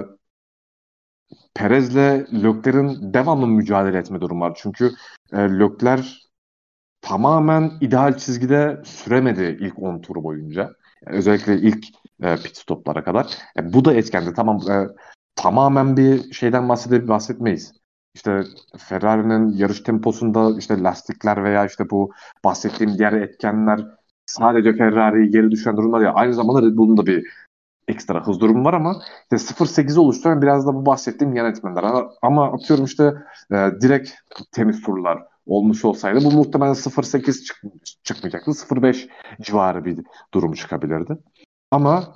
Perez'le Leclerc'in devamlı mücadele etme durumu var. Çünkü e, Leclerc tamamen ideal çizgide süremedi ilk on tur boyunca. Yani özellikle ilk e, pit stoplara kadar. E, bu da etkendi. Tamam e, tamamen bir şeyden bahsedip bahsetmeyiz. İşte Ferrari'nin yarış temposunda işte lastikler veya işte bu bahsettiğim diğer etkenler sadece Ferrari'yi geri düşen durumlar ya aynı zamanda Red Bull'un da bir ekstra hız durumu var ama işte sıfır virgül sekizi oluşturan biraz da bu bahsettiğim yan etmenler. Ama, ama atıyorum işte e, direkt temiz turlar olmuş olsaydı bu muhtemelen sıfır virgül sekiz çık çıkmayacaktı. sıfır virgül beş civarı bir durum çıkabilirdi. Ama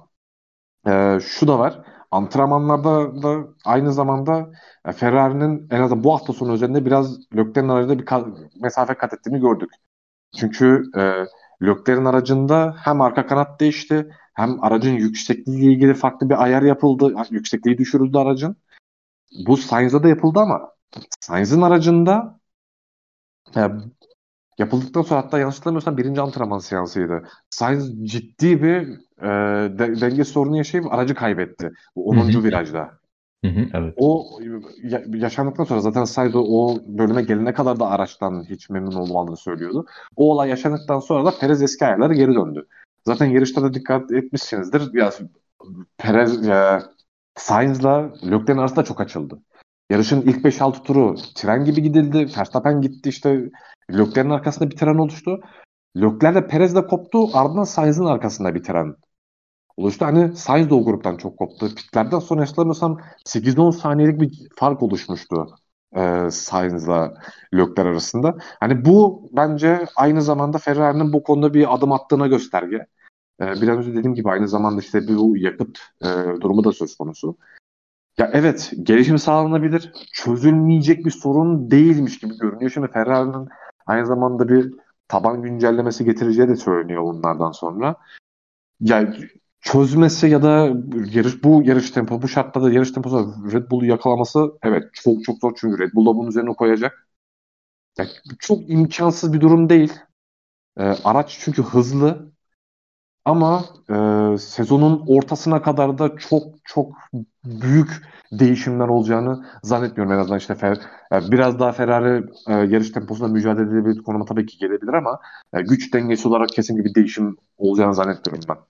e, şu da var. Antrenmanlarda da aynı zamanda e, Ferrari'nin en azından bu hafta sonu üzerinde biraz Leclerc'in aracında bir ka- mesafe kat ettiğini gördük. Çünkü e, Leclerc'in aracında hem arka kanat değişti hem aracın yüksekliğiyle ilgili farklı bir ayar yapıldı. Yüksekliği düşürüldü aracın. Bu Sainz'da da yapıldı ama Sainz'in aracında e, yapıldıktan sonra hatta yanlış hatırlamıyorsam birinci antrenman seansıydı. Sainz ciddi bir e, de- denge sorunu yaşayıp aracı kaybetti. Bu Hı hı. onuncu virajda. Hı hı, evet. O ya- yaşandıktan sonra zaten Sainz o bölüme gelene kadar da araçtan hiç memnun olmadığını söylüyordu. O olay yaşandıktan sonra da Perez eski ayarları geri döndü. Zaten yarışta da dikkat etmişsinizdir. Ya Perez ya, Sainz'la Leclerc'in arası da çok açıldı. Yarışın ilk beş altı turu tren gibi gidildi. Verstappen gitti işte Leclerc'in arkasında bir tren oluştu. Leclerc de Perez'le koptu. Ardından Sainz'in arkasında bir tren oluştu. Hani Sainz de o gruptan çok koptu. Pitlerden sonra hatırlamıyorsam sekiz on saniyelik bir fark oluşmuştu e, Sainz'la Leclerc arasında. Hani bu bence aynı zamanda Ferrari'nin bu konuda bir adım attığına gösterge. E, biraz önce dediğim gibi aynı zamanda işte bu yakıt e, durumu da söz konusu. Ya evet gelişim sağlanabilir. Çözülmeyecek bir sorun değilmiş gibi görünüyor. Şimdi Ferrari'nin aynı zamanda bir taban güncellemesi getireceği de söyleniyor bunlardan sonra. Ya çözmesi ya da yarış bu yarış tempo bu şartlarda yarış temposu Red Bull'u yakalaması evet çok çok zor çünkü Red Bull da bunun üzerine koyacak. Ya, çok imkansız bir durum değil. Ee, araç çünkü hızlı ama e, sezonun ortasına kadar da çok çok büyük değişimler olacağını zannetmiyorum en azından işte Fer, e, biraz daha Ferrari e, yarış temposunda mücadele edebilir konuma tabii ki gelebilir ama e, güç dengesi olarak kesinlikle bir değişim olacağını zannetmiyorum ben.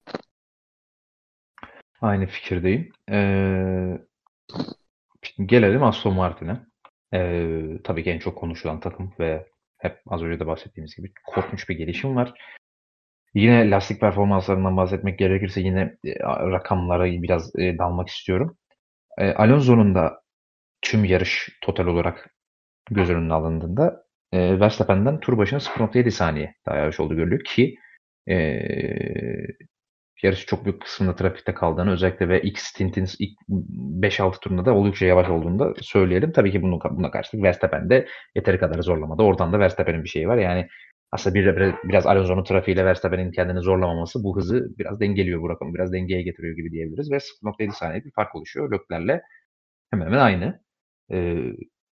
Aynı fikirdeyim. Ee, şimdi gelelim Aston Martin'e. Ee, tabii ki en çok konuşulan takım ve hep az önce de bahsettiğimiz gibi korkunç bir gelişim var. Yine lastik performanslarından bahsetmek gerekirse yine e, rakamlara biraz e, dalmak istiyorum. E, Alonso'nun da tüm yarış total olarak göz önüne alındığında e, Verstappen'den tur başına sıfır nokta yedi saniye daha yavaş olduğu görülüyor ki e, yarış çok büyük kısmında trafikte kaldığını özellikle ve ilk stintin ilk beş altı turunda da oldukça yavaş olduğunu da söyleyelim. Tabii ki bunun, buna karşılık Verstappen de yeteri kadar zorlamadı. Oradan da Verstappen'in bir şeyi var. Yani aslında bir, bir, biraz Alonso'nun trafiğiyle Verstappen'in kendini zorlamaması bu hızı biraz dengeliyor, bu rakamı biraz dengeye getiriyor gibi diyebiliriz. Ve sıfır nokta yedi saniye bir fark oluşuyor. Leclerc'le hemen hemen aynı. Ee,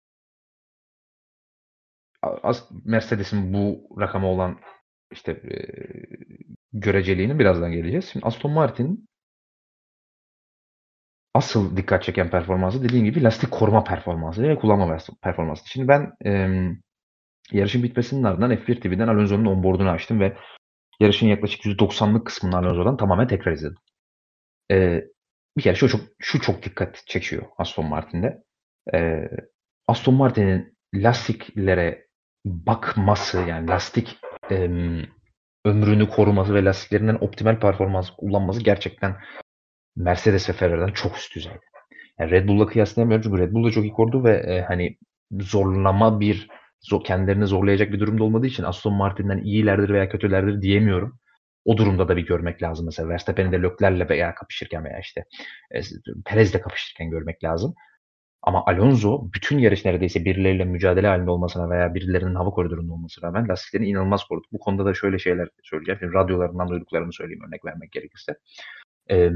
Mercedes'in bu rakama olan işte e, göreceliğini birazdan geleceğiz. Şimdi Aston Martin asıl dikkat çeken performansı dediğim gibi lastik koruma performansı ve kullanma performansı. Şimdi ben e, yarışın bitmesinin ardından F bir T V'den Alonso'nun onboard'unu açtım ve yarışın yaklaşık yüzde doksanlık kısmını Alonso'dan tamamen tekrar izledim. E, bir kere şu çok şu çok dikkat çekiyor Aston Martin'de. Ee, Aston Martin'in lastiklere bakması, yani lastik em, ömrünü koruması ve lastiklerinden optimal performans kullanması gerçekten Mercedes ve Ferrari'den çok üst düzeyde. Yani Red Bull'la kıyaslayamıyorum çünkü Red Bull da çok iyi korudu ve e, hani zorlama bir zor, kendilerini zorlayacak bir durumda olmadığı için Aston Martin'den iyilerdir veya kötülerdir diyemiyorum. O durumda da bir görmek lazım mesela. Verstappen'i de Leclerc'le veya kapışırken veya işte e, Perez'le kapışırken görmek lazım. Ama Alonso bütün yarış neredeyse birileriyle mücadele halinde olmasına veya birilerinin hava koridorunda olmasına rağmen lastiklerini inanılmaz korudu. Bu konuda da şöyle şeyler söyleyeceğim. Şimdi radyolarından duyduklarımı söyleyeyim örnek vermek gerekirse. Ee,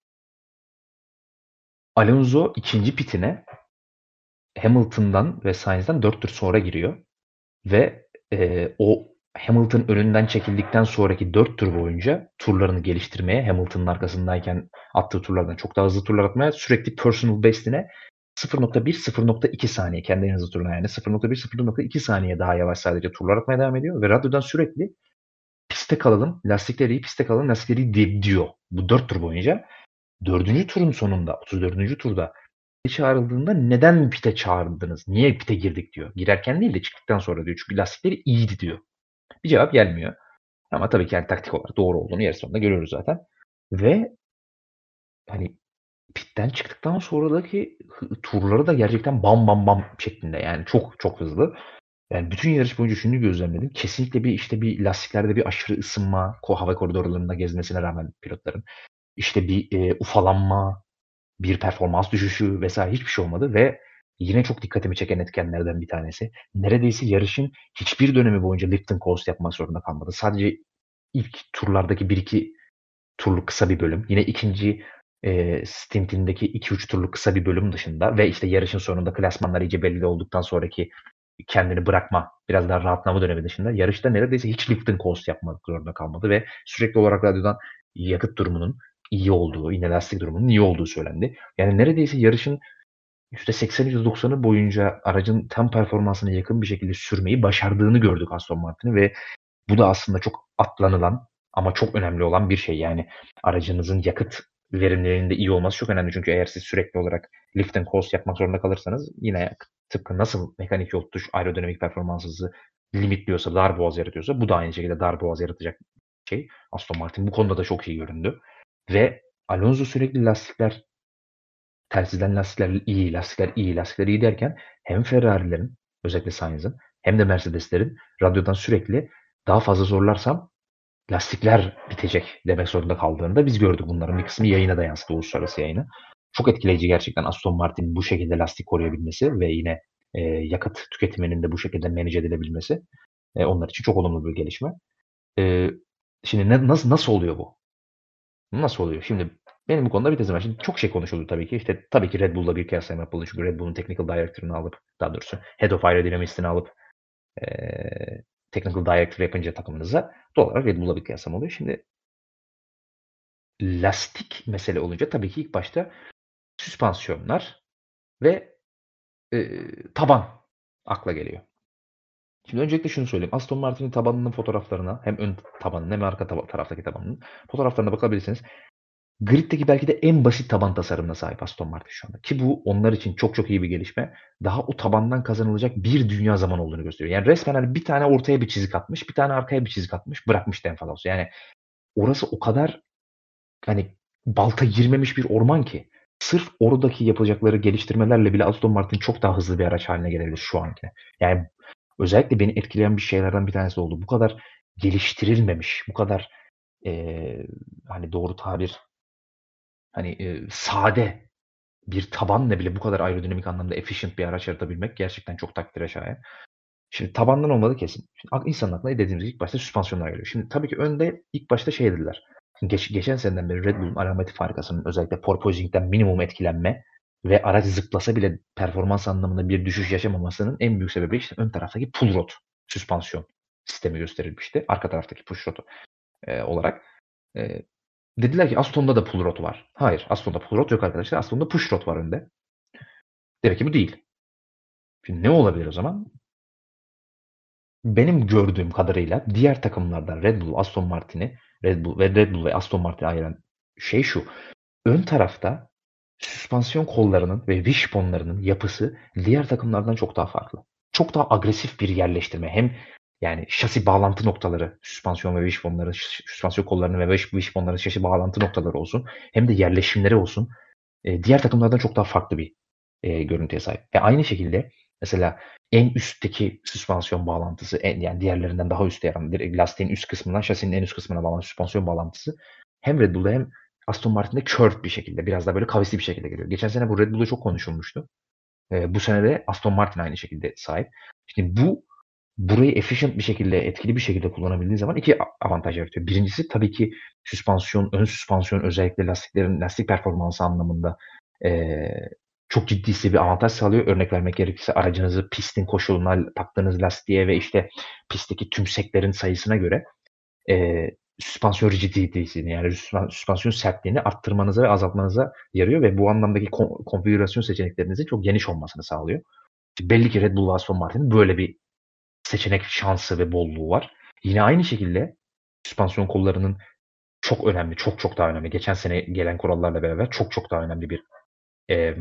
Alonso ikinci pitine Hamilton'dan ve Sainz'den dört tur sonra giriyor. Ve e, o Hamilton önünden çekildikten sonraki dört tur boyunca turlarını geliştirmeye, Hamilton'ın arkasındayken attığı turlardan çok daha hızlı turlar atmaya, sürekli personal best'ine sıfır nokta bir sıfır nokta iki saniye, kendi en hızlı turuna yani sıfır nokta bir sıfır nokta iki saniye daha yavaş sadece turlar atmaya devam ediyor ve radyodan sürekli piste kalalım, lastikleri iyi, piste kalalım, lastikleri iyi diyor. Bu dört tur boyunca. Dördüncü turun sonunda, otuz dördüncü turda çağrıldığında neden pite çağrıldınız? Niye pite girdik diyor. Girerken değil de çıktıktan sonra diyor. Çünkü lastikleri iyiydi diyor. Bir cevap gelmiyor. Ama tabii ki yani taktik olarak doğru olduğunu yarış sonunda görüyoruz zaten. Ve hani pitten çıktıktan sonraki turları da gerçekten bam bam bam şeklinde. Yani çok çok hızlı. Yani bütün yarış boyunca şunu gözlemledim. Kesinlikle bir işte bir lastiklerde bir aşırı ısınma, hava koridorlarında gezmesine rağmen pilotların işte bir e, ufalanma, bir performans düşüşü vesaire hiçbir şey olmadı ve yine çok dikkatimi çeken etkenlerden bir tanesi. Neredeyse yarışın hiçbir dönemi boyunca lift and coast yapmak zorunda kalmadı. Sadece ilk turlardaki bir iki turluk kısa bir bölüm. Yine ikinci e, stintindeki iki üç turluk kısa bir bölüm dışında ve işte yarışın sonunda klasmanlar iyice belli olduktan sonraki kendini bırakma, biraz daha rahatlama dönemi dışında yarışta neredeyse hiç lift and coast yapmak zorunda kalmadı ve sürekli olarak radyodan yakıt durumunun iyi olduğu, yine lastik durumunun iyi olduğu söylendi. Yani neredeyse yarışın yüzde seksen yüzde doksanı boyunca aracın tam performansına yakın bir şekilde sürmeyi başardığını gördük Aston Martin'in ve bu da aslında çok atlanılan ama çok önemli olan bir şey. Yani aracınızın yakıt verimliliğinde iyi olması çok önemli. Çünkü eğer siz sürekli olarak lift and coast yapmak zorunda kalırsanız yine tıpkı nasıl mekanik yol tutuş aerodinamik performansınızı limitliyorsa, darboğaz yaratıyorsa bu da aynı şekilde darboğaz yaratacak şey. Aston Martin bu konuda da çok iyi göründü. Ve Alonso sürekli lastikler telsizden lastikler iyi, lastikler iyi, lastikler iyi derken hem Ferrari'lerin özellikle Sainz'ın hem de Mercedes'lerin radyodan sürekli daha fazla zorlarsam lastikler bitecek demek zorunda kaldığını da biz gördük. Bunların bir kısmı yayına da yansıdı, uluslararası yayına. Çok etkileyici gerçekten Aston Martin'in bu şekilde lastik koruyabilmesi ve yine e, yakıt tüketiminin de bu şekilde manage edilebilmesi e, onlar için çok olumlu bir gelişme. E, şimdi ne, nasıl nasıl oluyor bu? Nasıl oluyor? Şimdi benim bu konuda bir tezim var. Şimdi çok şey konuşuldu tabii ki. İşte tabii ki Red Bull'la bir kıyaslama yapıldı. Çünkü Red Bull'un technical director'ını alıp, daha doğrusu Head of Aerodynamics'ini alıp eee technical director yapınca takımınıza doğal olarak Red Bull'la bir kıyaslama oluyor. Şimdi lastik mesele olunca tabii ki ilk başta süspansiyonlar ve eee, taban akla geliyor. Şimdi öncelikle şunu söyleyeyim. Aston Martin'in tabanının fotoğraflarına hem ön tabanın hem arka taba- taraftaki tabanının fotoğraflarına bakabilirsiniz. Griddeki belki de en basit taban tasarımına sahip Aston Martin şu anda. Ki bu onlar için çok çok iyi bir gelişme. Daha o tabandan kazanılacak bir dünya zaman olduğunu gösteriyor. Yani resmen hani bir tane ortaya bir çizik atmış, bir tane arkaya bir çizik atmış, bırakmış Denfalos. Yani orası o kadar hani balta girmemiş bir orman ki. Sırf oradaki yapacakları geliştirmelerle bile Aston Martin çok daha hızlı bir araç haline gelebilir şu anki. Yani özellikle beni etkileyen bir şeylerden bir tanesi oldu. Bu kadar geliştirilmemiş, bu kadar eee, hani doğru tabir hani eee, sade bir tabanla bile bu kadar aerodinamik anlamda efficient bir araç yaratabilmek gerçekten çok takdire şayan. Şimdi tabandan olmadı kesin. Şimdi insanın aklına dediğimiz gibi ilk başta süspansiyonlar geliyor. Şimdi tabii ki önde ilk başta şey dediler. Geç, geçen seneden beri Red Bull'un alameti farikasının özellikle porpoising'den minimum etkilenme ve araç zıplasa bile performans anlamında bir düşüş yaşamamasının en büyük sebebi işte ön taraftaki pull rod süspansiyon sistemi gösterilmişti. Arka taraftaki push rod e, olarak. E, Dediler ki Aston'da da pull rod var. Hayır, Aston'da pull rod yok arkadaşlar. Aston'da push rod var önde. Demek ki bu değil. Şimdi ne olabilir o zaman? Benim gördüğüm kadarıyla diğer takımlardan Red Bull, Aston Martin'i, Red Bull ve Red Bull ve Aston Martin'i ayıran şey şu. Ön tarafta süspansiyon kollarının ve wishbone'larının yapısı diğer takımlardan çok daha farklı. Çok daha agresif bir yerleştirme. Hem yani şasi bağlantı noktaları, süspansiyon ve wishbone'ların, süspansiyon kollarının ve wishbone'ların şasi bağlantı noktaları olsun. Hem de yerleşimleri olsun. E, diğer takımlardan çok daha farklı bir e, görüntüye sahip. Ve aynı şekilde mesela en üstteki süspansiyon bağlantısı, en, yani diğerlerinden daha üstte yer alan, lastiğin üst kısmından şasinin en üst kısmına bağlanan süspansiyon bağlantısı hem Red Bull'da hem Aston Martin'de curved bir şekilde, biraz daha böyle kavisli bir şekilde geliyor. Geçen sene bu Red Bull'da çok konuşulmuştu. E, bu sene de Aston Martin aynı şekilde sahip. Şimdi bu burayı efficient bir şekilde, etkili bir şekilde kullanabildiği zaman iki avantaj yaratıyor. Birincisi tabii ki süspansiyon, ön süspansiyon özellikle lastiklerin lastik performansı anlamında eee, çok ciddi size bir avantaj sağlıyor. Örnek vermek gerekirse aracınızı pistin koşuluna, taktığınız lastiğe ve işte pistteki tümseklerin sayısına göre eee süspansiyon rigiditesini yani süspansiyon sertliğini arttırmanıza ve azaltmanıza yarıyor ve bu anlamdaki kon- konfigürasyon seçeneklerinizin çok geniş olmasını sağlıyor. Belli ki Red Bull ve Aston Martin'in böyle bir seçenek şansı ve bolluğu var. Yine aynı şekilde süspansiyon kollarının çok önemli, çok çok daha önemli. Geçen sene gelen kurallarla beraber çok çok daha önemli bir e,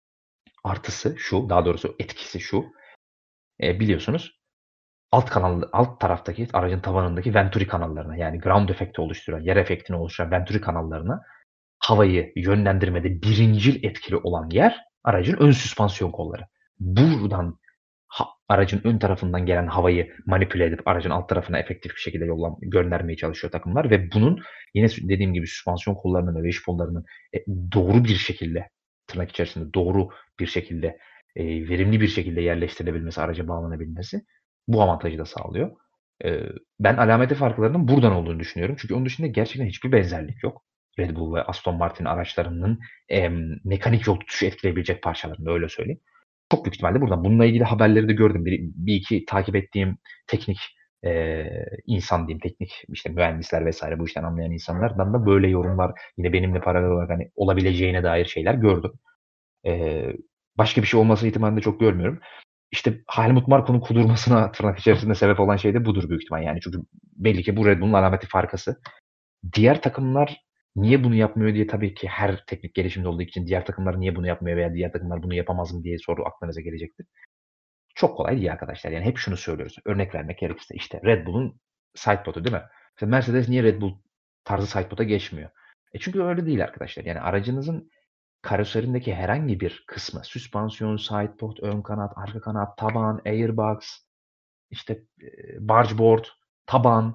artısı şu, daha doğrusu etkisi şu. E, biliyorsunuz alt kanal, alt taraftaki aracın tavanındaki venturi kanallarına yani ground efekti oluşturan, yer efektini oluşturan venturi kanallarına havayı yönlendirmede birincil etkili olan yer aracın ön süspansiyon kolları. Buradan ha, aracın ön tarafından gelen havayı manipüle edip aracın alt tarafına efektif bir şekilde yollam göndermeye çalışıyor takımlar ve bunun yine dediğim gibi süspansiyon kollarının ve wishbone kollarının e, doğru bir şekilde tırnak içerisinde doğru bir şekilde e, verimli bir şekilde yerleştirilebilmesi, araca bağlanabilmesi bu avantajı da sağlıyor. E, ben alameti farklarının buradan olduğunu düşünüyorum. Çünkü onun dışında gerçekten hiçbir benzerlik yok. Red Bull ve Aston Martin araçlarının e, mekanik yol tutuşu etkileyebilecek parçalarında öyle söyleyeyim. Çok büyük ihtimalle buradan. Bununla ilgili haberleri de gördüm. Bir, bir iki takip ettiğim teknik e, insan diyeyim, teknik işte mühendisler vesaire bu işten anlayan insanlardan da böyle yorumlar yine benimle paralel olarak hani olabileceğine dair şeyler gördüm. E, başka bir şey olması ihtimalini de çok görmüyorum. İşte Helmut Marko'nun kudurmasına tırnak içerisinde sebep olan şey de budur büyük ihtimal. Yani çünkü belli ki bu Red Bull'un alameti farkası. Diğer takımlar niye bunu yapmıyor diye tabii ki her teknik gelişimde olduğu için diğer takımlar niye bunu yapmıyor veya diğer takımlar bunu yapamaz mı diye soru aklınıza gelecektir. Çok kolay değil arkadaşlar. Yani hep şunu söylüyoruz. Örnek vermek gerekirse işte Red Bull'un sidepod'u değil mi? İşte Mercedes niye Red Bull tarzı sidepod'a geçmiyor? E çünkü öyle değil arkadaşlar. Yani aracınızın karoserindeki herhangi bir kısmı, süspansiyon, sidepod, ön kanat, arka kanat, taban, airbox, işte e, bargeboard, taban,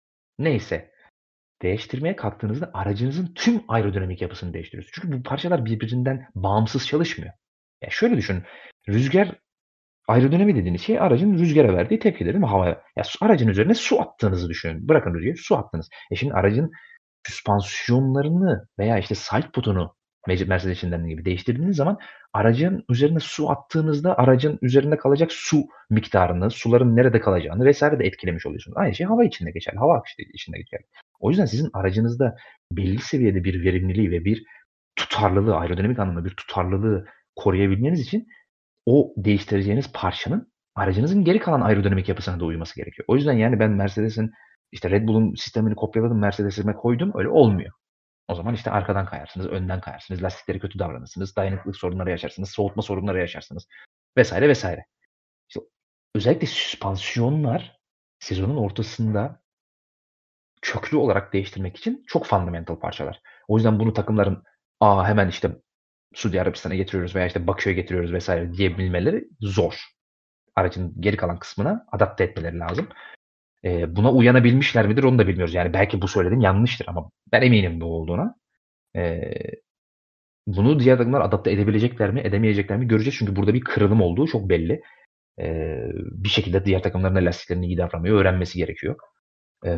neyse değiştirmeye kalktığınızda aracınızın tüm aerodinamik yapısını değiştiriyorsunuz. Çünkü bu parçalar birbirinden bağımsız çalışmıyor. Ya şöyle düşünün. Rüzgar aerodinami dediğiniz şey aracın rüzgara verdiği tepkidir değil mi? Havaya. Ya su, aracın üzerine su attığınızı düşünün. Bırakın rüzgarı su attınız. E şimdi aracın süspansiyonlarını veya işte side podunu Mercedes içinden gibi değiştirdiğiniz zaman aracın üzerine su attığınızda aracın üzerinde kalacak su miktarını, suların nerede kalacağını vesaire de etkilemiş oluyorsunuz. Aynı şey hava içinde geçerli. Hava akışı içinde geçerli. O yüzden sizin aracınızda belli seviyede bir verimliliği ve bir tutarlılığı, aerodinamik anlamda bir tutarlılığı koruyabilmeniz için o değiştireceğiniz parçanın aracınızın geri kalan aerodinamik yapısına da uyması gerekiyor. O yüzden yani ben Mercedes'in işte Red Bull'un sistemini kopyaladım, Mercedes'ime koydum. Öyle olmuyor. O zaman işte arkadan kayarsınız, önden kayarsınız, lastikleri kötü davranırsınız, dayanıklılık sorunları yaşarsınız, soğutma sorunları yaşarsınız vesaire vesaire. İşte özellikle süspansiyonlar sezonun ortasında köklü olarak değiştirmek için çok fundamental parçalar. O yüzden bunu takımların aa hemen işte Suudi Arabistan'a getiriyoruz veya işte Bakü'ye getiriyoruz vesaire diyebilmeleri zor. Aracın geri kalan kısmına adapte etmeleri lazım. E, buna uyanabilmişler midir onu da bilmiyoruz. Yani belki bu söylediğim yanlıştır ama ben eminim bu olduğuna. E, bunu diğer takımlar adapte edebilecekler mi, edemeyecekler mi göreceğiz. Çünkü burada bir kırılım olduğu çok belli. E, bir şekilde diğer takımların da lastiklerini iyi davranmayı öğrenmesi gerekiyor. E,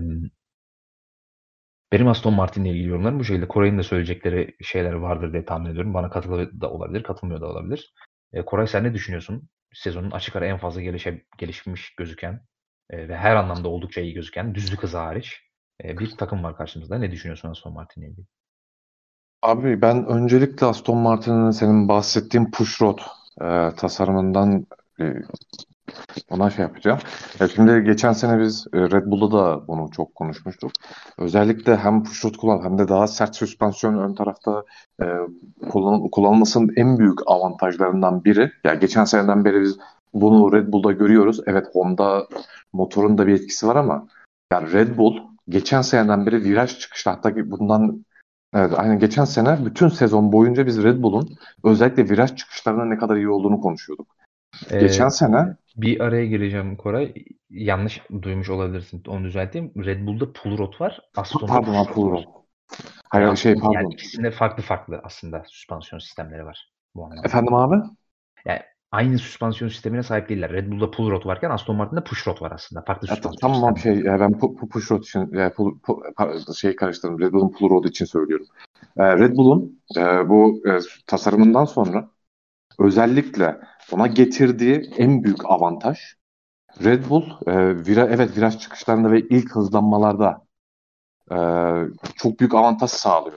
benim Aston Martin'le ilgili yorumlarım bu şekilde. Koray'ın da söyleyecekleri şeyler vardır diye tahmin ediyorum. Bana katılıyor da olabilir, katılmıyor da olabilir. E, Koray sen ne düşünüyorsun? Sezonun açık ara en fazla gelişe, gelişmiş gözüken e, ve her anlamda oldukça iyi gözüken, düzlük hızı hariç e, bir takım var karşımızda. Ne düşünüyorsun Aston Martin'le ilgili? Abi ben öncelikle Aston Martin'in senin bahsettiğin pushrod e, tasarımından e, Ona şey yapacağım. Ya şimdi geçen sene biz e, Red Bull'da da bunu çok konuşmuştuk. Özellikle hem pushrod kullan hem de daha sert süspansiyon ön tarafta e, kullan, kullanılmasının en büyük avantajlarından biri. Ya geçen seneden beri biz bunu Red Bull'da görüyoruz. Evet, Honda motorun da bir etkisi var ama ya Red Bull geçen seneden beri viraj çıkışta, hatta bundan evet, aynen geçen sene bütün sezon boyunca biz Red Bull'un özellikle viraj çıkışlarına ne kadar iyi olduğunu konuşuyorduk. Ee, Geçen sene bir araya gireceğim Koray. Yanlış duymuş olabilirsin. Onu düzelteyim. Red Bull'da pull rod var. Aston'da pardon ha, push rod Pulro. var. Ee, Hayır şey Aston, yani pardon. ikisinde farklı farklı aslında süspansiyon sistemleri var bu anlamda. Efendim abi? Yani aynı süspansiyon sistemine sahip değiller. Red Bull'da pull rod varken Aston Martin'de push rod var aslında. Farklı Ya, ta- süspansiyon tamam abi, sistemleri şey var. ya ben pu, pu, push rod için ya, pu, pu, pa- şey karıştırdım. Red Bull'un pull rod için söylüyorum. Ee, Red Bull'un e, bu e, tasarımından sonra özellikle ona getirdiği en büyük avantaj, Red Bull e, vira, evet viraj çıkışlarında ve ilk hızlanmalarda e, çok büyük avantaj sağlıyor.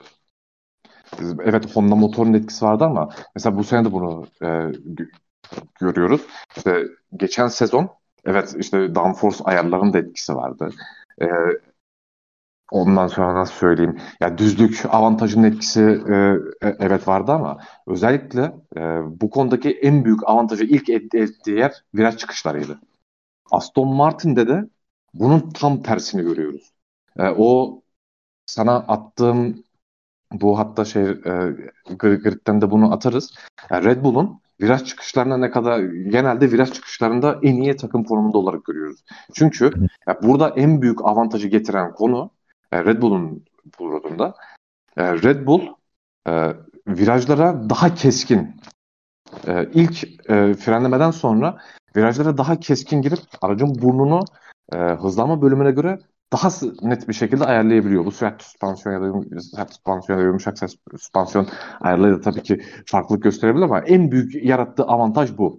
Evet, Honda motorun etkisi vardı ama mesela bu sene de bunu e, gö- görüyoruz. İşte geçen sezon evet işte downforce ayarlarının da etkisi vardı. E, Ondan sonra nasıl söyleyeyim? Ya düzlük avantajının etkisi e, e, evet vardı ama özellikle e, bu konudaki en büyük avantajı ilk et- ettiği yer viraj çıkışlarıydı. Aston Martin'de de bunun tam tersini görüyoruz. E, o sana attığım bu hatta şey e, gri- gridden de bunu atarız. Yani Red Bull'un viraj çıkışlarına ne kadar genelde viraj çıkışlarında en iyi takım konumunda olarak görüyoruz. Çünkü ya burada en büyük avantajı getiren konu e, Red Bull'un bulunduğunda e, Red Bull e, virajlara daha keskin e, ilk e, frenlemeden sonra virajlara daha keskin girip aracın burnunu e, hızlanma bölümüne göre daha s- net bir şekilde ayarlayabiliyor. Bu sert süspansiyon ya da yum- sert süspansiyon ya da yumuşak ses- süspansiyon ayarları da tabii ki farklılık gösterebilir ama en büyük yarattığı avantaj bu.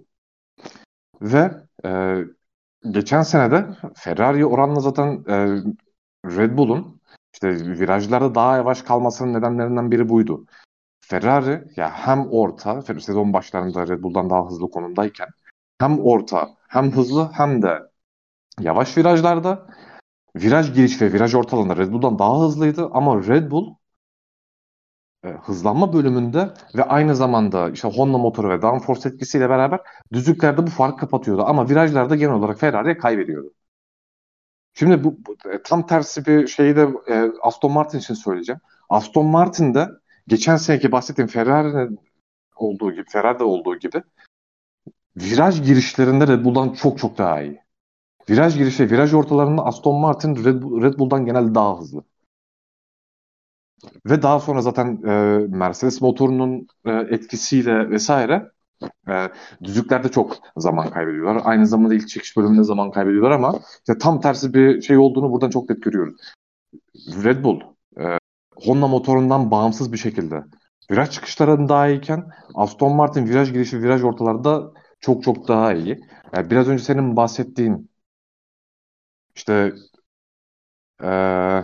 Ve e, geçen sene de Ferrari oranla zaten e, Red Bull'un işte virajlarda daha yavaş kalmasının nedenlerinden biri buydu. Ferrari ya hem orta sezon başlarında Red Bull'dan daha hızlı konumdayken hem orta hem hızlı hem de yavaş virajlarda viraj giriş ve viraj ortalarında Red Bull'dan daha hızlıydı ama Red Bull e, hızlanma bölümünde ve aynı zamanda işte Honda motoru ve downforce etkisiyle beraber düzlüklerde bu farkı kapatıyordu ama virajlarda genel olarak Ferrari'ye kaybediyordu. Şimdi bu, bu e, tam tersi bir şeyi de e, Aston Martin için söyleyeceğim. Aston Martin'de geçen seneki bahsettiğim Ferrari'nin olduğu gibi, Ferrari'de olduğu gibi viraj girişlerinde Red Bull'dan çok çok daha iyi. Viraj girişi, viraj ortalarında Aston Martin Red, Bull, Red Bull'dan genelde daha hızlı. Ve daha sonra zaten e, Mercedes motorunun e, etkisiyle vesaire e, düzlüklerde çok zaman kaybediyorlar. Aynı zamanda ilk çıkış bölümünde zaman kaybediyorlar ama işte tam tersi bir şey olduğunu buradan çok net görüyoruz. Red Bull e, Honda motorundan bağımsız bir şekilde viraj çıkışlarında daha iyiyken Aston Martin viraj girişi, viraj ortalarda çok çok daha iyi. Yani biraz önce senin bahsettiğin işte e,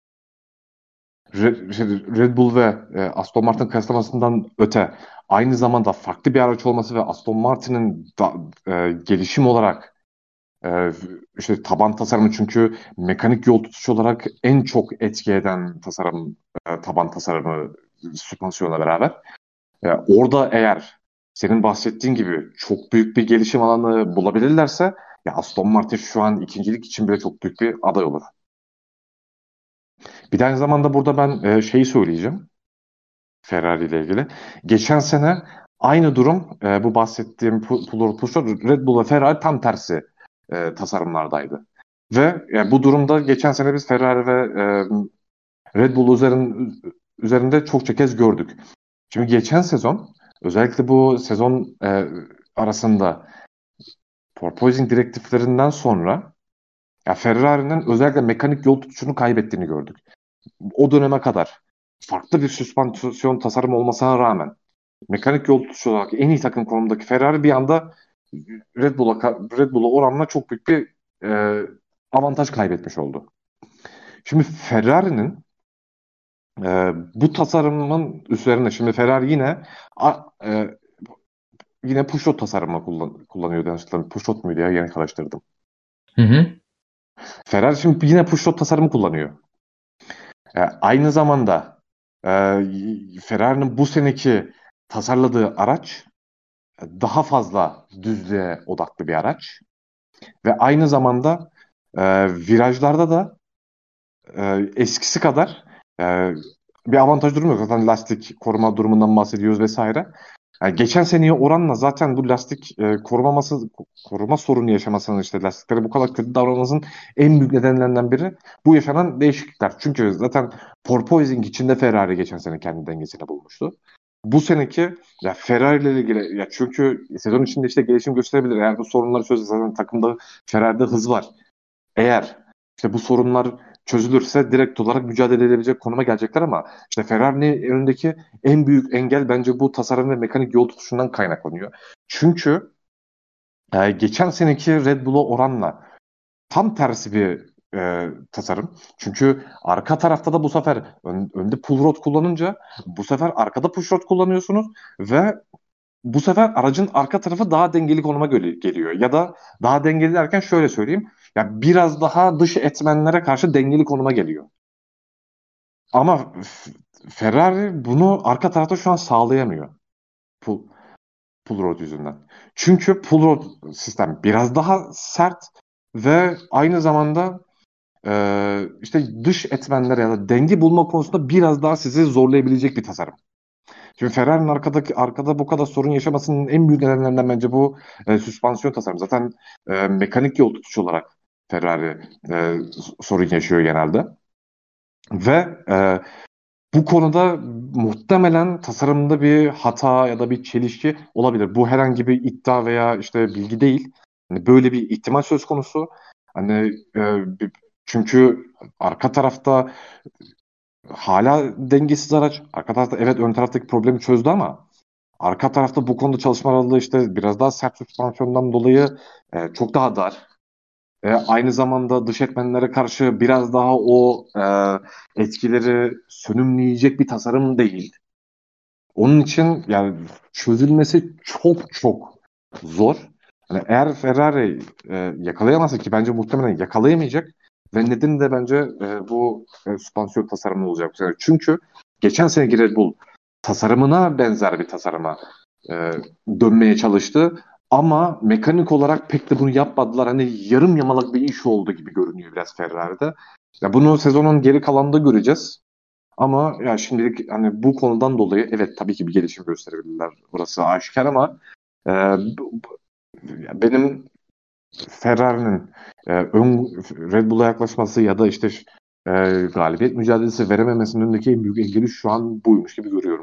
Red, şey, Red Bull ve e, Aston Martin kıyaslamasından öte aynı zamanda farklı bir araç olması ve Aston Martin'in da, e, gelişim olarak e, işte taban tasarımı, çünkü mekanik yol tutuşu olarak en çok etki eden tasarım e, taban tasarımı süspansiyonla beraber. E, orada eğer senin bahsettiğin gibi çok büyük bir gelişim alanı bulabilirlerse ya Aston Martin şu an ikincilik için bile çok büyük bir aday olur. Bir de aynı zamanda burada ben e, şeyi söyleyeceğim. Ferrari ile ilgili. Geçen sene aynı durum e, bu bahsettiğim Pulur Pusher Red Bull ve Ferrari tam tersi e, tasarımlardaydı. Ve yani bu durumda geçen sene biz Ferrari ve e, Red Bull üzerin, üzerinde çokça kez gördük. Şimdi geçen sezon özellikle bu sezon e, arasında porpoising direktiflerinden sonra ya Ferrari'nin özellikle mekanik yol tutuşunu kaybettiğini gördük. O döneme kadar farklı bir süspansiyon tasarımı olmasına rağmen mekanik yol tutuşu olarak en iyi takım konumundaki Ferrari bir anda Red Bull'a Red Bull'a oranla çok büyük bir e, avantaj kaybetmiş oldu. Şimdi Ferrari'nin e, bu tasarımın üzerine şimdi Ferrari yine a, e, yine pushrod tasarımı kullan kullanıyordu. Yanlışlıkla pushrod muydu ya? Yeni karıştırdım. Hı hı. Ferrari şimdi yine pushrod tasarımı kullanıyor. E, aynı zamanda e, Ferrari'nin bu seneki tasarladığı araç daha fazla düzlüğe odaklı bir araç. Ve aynı zamanda e, virajlarda da e, eskisi kadar e, bir avantaj durumu yok. Zaten lastik koruma durumundan bahsediyoruz vesaire. Yani geçen seneye oranla zaten bu lastik e, korumaması koruma sorunu yaşamasının işte lastiklere bu kadar kötü davranmasının en büyük nedenlerinden biri bu yaşanan değişiklikler. Çünkü zaten porpoising içinde Ferrari geçen sene kendi dengesini bulmuştu. Bu seneki ya Ferrari ile ilgili ya çünkü sezon içinde işte gelişim gösterebilir. Eğer bu sorunları çözse zaten takımda Ferrari'de hız var. Eğer işte bu sorunlar çözülürse direkt olarak mücadele edebilecek konuma gelecekler ama işte Ferrari'nin önündeki en büyük engel bence bu tasarım ve mekanik yol tutuşundan kaynaklanıyor. Çünkü e, geçen seneki Red Bull'a oranla tam tersi bir e, tasarım. Çünkü arka tarafta da bu sefer ön- önde pull rod kullanınca bu sefer arkada push rod kullanıyorsunuz ve bu sefer aracın arka tarafı daha dengeli konuma göre geliyor. Ya da daha dengeli derken şöyle söyleyeyim. Ya biraz daha dış etmenlere karşı dengeli konuma geliyor. Ama F- Ferrari bunu arka tarafta şu an sağlayamıyor. Pull, pull rod yüzünden. Çünkü pull rod sistem biraz daha sert ve aynı zamanda e, işte dış etmenlere ya da denge bulma konusunda biraz daha sizi zorlayabilecek bir tasarım. Şimdi Ferrari'nin arkadaki arkada bu kadar sorun yaşamasının en büyük nedenlerinden bence bu e, süspansiyon tasarımı. Zaten e, mekanik yol tutucu olarak Ferrari e, sorun yaşıyor genelde. Ve e, bu konuda muhtemelen tasarımda bir hata ya da bir çelişki olabilir. Bu herhangi bir iddia veya işte bilgi değil. Hani böyle bir ihtimal söz konusu. Hani e, çünkü arka tarafta hala dengesiz araç. Arka tarafta evet ön taraftaki problemi çözdü ama arka tarafta bu konuda çalışma aralığı işte biraz daha sert süspansiyondan dolayı e, çok daha dar. E, aynı zamanda dış etmenlere karşı biraz daha o e, etkileri sönümleyecek bir tasarım değil. Onun için yani çözülmesi çok çok zor. Yani eğer Ferrari e, yakalayamazsa ki bence muhtemelen yakalayamayacak ve nedeni de bence e, bu e, süspansiyon tasarımı olacak. Yani çünkü geçen seneki Red Bull tasarımına benzer bir tasarıma e, dönmeye çalıştı. Ama mekanik olarak pek de bunu yapmadılar. Hani yarım yamalak bir iş oldu gibi görünüyor biraz Ferrari'de. Ya bunu sezonun geri kalanında göreceğiz. Ama ya şimdilik hani bu konudan dolayı evet tabii ki bir gelişim gösterebilirler. Burası aşikar ama e, bu- bu- benim Ferrari'nin e, ön Red Bull'a yaklaşması ya da işte e, galibiyet mücadelesi verememesinin önündeki en büyük engeli şu an buymuş gibi görüyorum.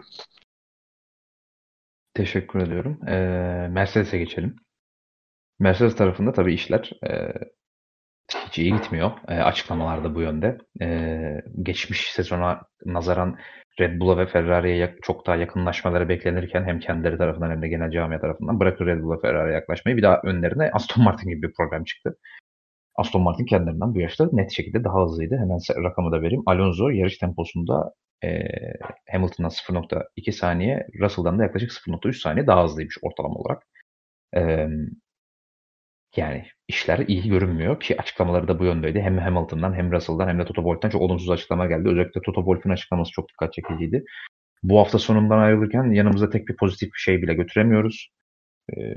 Teşekkür ediyorum. Ee, Mercedes'e geçelim. Mercedes tarafında tabii işler e, hiç iyi gitmiyor. E, açıklamalarda bu yönde. E, geçmiş sezona nazaran Red Bull'a ve Ferrari'ye yak- çok daha yakınlaşmaları beklenirken hem kendileri tarafından hem de genel camia tarafından bırakır Red Bull'a Ferrari'ye yaklaşmayı. Bir daha önlerine Aston Martin gibi bir problem çıktı. Aston Martin kendilerinden bu yaşta net şekilde daha hızlıydı. Hemen size rakamı da vereyim. Alonso yarış temposunda e, Hamilton'dan sıfır nokta iki saniye, Russell'dan da yaklaşık sıfır nokta üç saniye daha hızlıymış ortalama olarak. E, Yani işler iyi görünmüyor ki açıklamaları da bu yöndeydi. Hem Hamilton'dan hem Russell'dan hem de Toto Wolff'tan çok olumsuz açıklama geldi. Özellikle Toto Wolff'un açıklaması çok dikkat çekiciydi. Bu hafta sonundan ayrılırken yanımızda tek bir pozitif bir şey bile götüremiyoruz. Ee,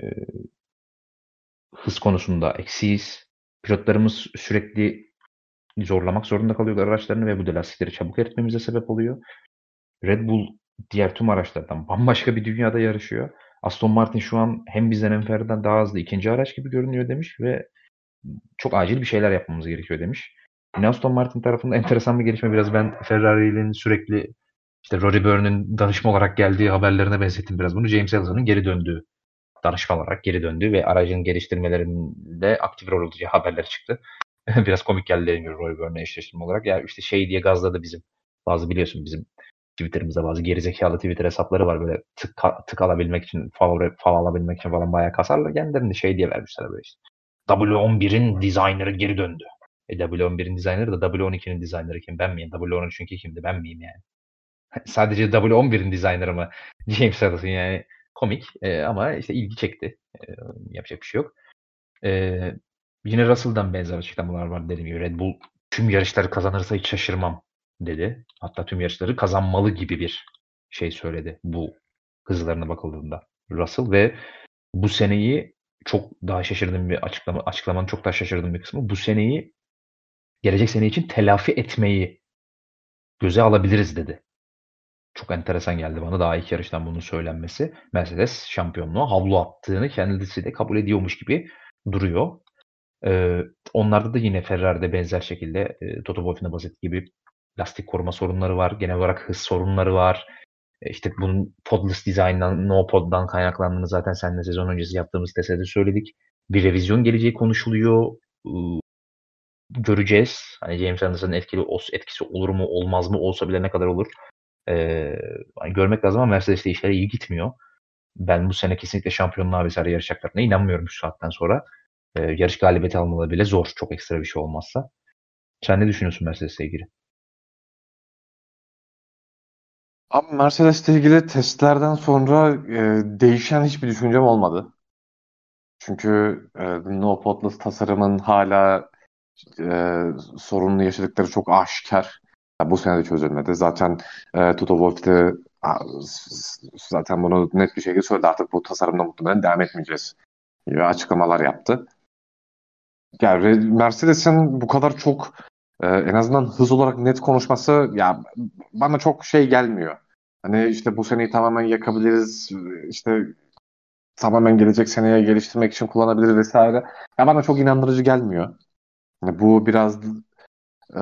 Hız konusunda eksiyiz. Pilotlarımız sürekli zorlamak zorunda kalıyorlar araçlarını ve bu da lastikleri çabuk eritmemize sebep oluyor. Red Bull diğer tüm araçlardan bambaşka bir dünyada yarışıyor. Aston Martin şu an hem bizden hem Ferrari'den daha hızlı ikinci araç gibi görünüyor demiş ve çok acil bir şeyler yapmamız gerekiyor demiş. Yine Aston Martin tarafında enteresan bir gelişme. Biraz ben Ferrari'nin sürekli işte Rory Byrne'ın danışma olarak geldiği haberlerine benzettim biraz bunu. James Ellsworth'ın geri döndüğü, danışma olarak geri döndüğü ve aracın geliştirmelerinde aktif rol alacağı haberleri çıktı. Biraz komik geldi dediğim gibi Rory Byrne'le eşleştirme olarak. Ya işte şey diye gazladı bizim. Bazı biliyorsun bizim Twitter'ımızda bazı gerizekalı Twitter hesapları var böyle tık, tık alabilmek için, favori, fav alabilmek için falan bayağı kasarlar. Kendilerini şey diye vermişler böyle işte. W on birin designer'ı geri döndü. E W on birin designer'ı da W on ikinin designer'ı kim? Ben miyim? W on üçünkü kimdi? Ben miyim yani? Sadece W on birin designer'ı mı? James Allison yani. komik e, ama işte ilgi çekti. E, yapacak bir şey yok. E, Yine Russell'dan benzer açıklamalar var dediğim gibi. Red Bull tüm yarışları kazanırsa hiç şaşırmam dedi. Hatta tüm yarışları kazanmalı gibi bir şey söyledi bu hızlarına bakıldığında Russell ve bu seneyi çok daha şaşırdığım bir açıklama, açıklamanın çok daha şaşırdığım bir kısmı bu seneyi gelecek sene için telafi etmeyi göze alabiliriz dedi. Çok enteresan geldi bana daha ilk yarıştan bunun söylenmesi. Mercedes şampiyonluğa havlu attığını kendisi de kabul ediyormuş gibi duruyor. Ee, onlarda da yine Ferrari'de benzer şekilde e, Toto Wolff'un bahsettiği gibi lastik koruma sorunları var. Genel olarak hız sorunları var. E, işte bunun podless design'dan, no pod'dan kaynaklandığını zaten seninle sezon öncesi yaptığımız testede söyledik. Bir revizyon geleceği konuşuluyor. Ee, göreceğiz. Hani James Anderson'ın etkili etkisi olur mu olmaz mı olsa bile ne kadar olur. Ee, hani görmek lazım ama Mercedes'te işler iyi gitmiyor. Ben bu sene kesinlikle şampiyonluğa vesaire yarışacaklarına inanmıyorum şu saatten sonra. Ee, yarış galibiyeti almaları bile zor. Çok ekstra bir şey olmazsa. Sen ne düşünüyorsun Mercedes'le ilgili? Abi Mercedes'le ilgili testlerden sonra e, değişen hiçbir düşüncem olmadı. Çünkü e, No Podless tasarımın hala e, sorununu yaşadıkları çok aşikar. Ya bu sene de çözülmedi. Zaten e, Toto Wolff de a, s- zaten bunu net bir şekilde söyledi. Artık bu tasarımda muhtemelen devam etmeyeceğiz gibi açıklamalar yaptı. Yani Re- Mercedes'in bu kadar çok e, en azından hız olarak net konuşması ya bana çok şey gelmiyor. Hani işte bu seneyi tamamen yakabiliriz, işte tamamen gelecek seneye geliştirmek için kullanabiliriz vesaire. Ya bana çok inandırıcı gelmiyor. Yani bu biraz e,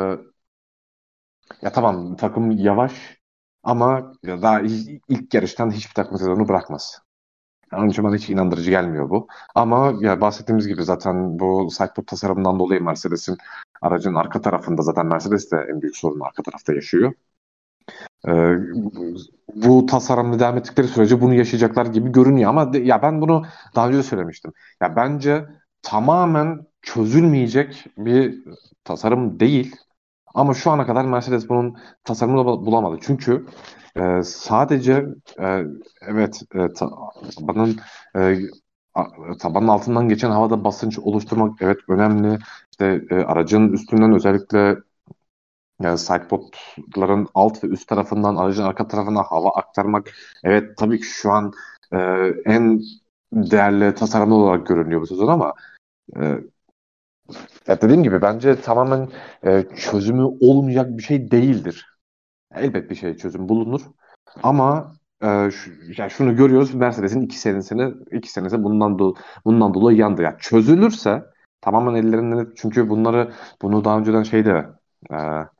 ya tamam takım yavaş ama ya daha ilk, ilk yarıştan hiçbir takım sezonu bırakmaz. Yani onun için bana hiç inandırıcı gelmiyor bu. Ama ya bahsettiğimiz gibi zaten bu sidepod tasarımından dolayı Mercedes'in aracın arka tarafında zaten Mercedes de en büyük sorunu arka tarafta yaşıyor. Ee, bu tasarımla devam ettikleri sürece bunu yaşayacaklar gibi görünüyor ama de- ya ben bunu daha önce de söylemiştim. Ya bence tamamen çözülmeyecek bir tasarım değil. Ama şu ana kadar Mercedes bunun tasarımını bul- bulamadı. Çünkü e, sadece e, evet e, ta- tabanın e, a- tabanın altından geçen havada basınç oluşturmak evet önemli. İşte e, aracın üstünden özellikle yani sidepodların alt ve üst tarafından aracın arka tarafına hava aktarmak evet tabii ki şu an e, en değerli tasarımlı olarak görünüyor bu sezon ama e, ya dediğim gibi bence tamamen e, çözümü olmayacak bir şey değildir. Elbet bir şey çözüm bulunur. Ama e, şu, ya şunu görüyoruz Mercedes'in iki senesini iki senesi bundan do bundan dolayı yandı. Ya çözülürse tamamen ellerinden çünkü bunları bunu daha önceden şeyde e,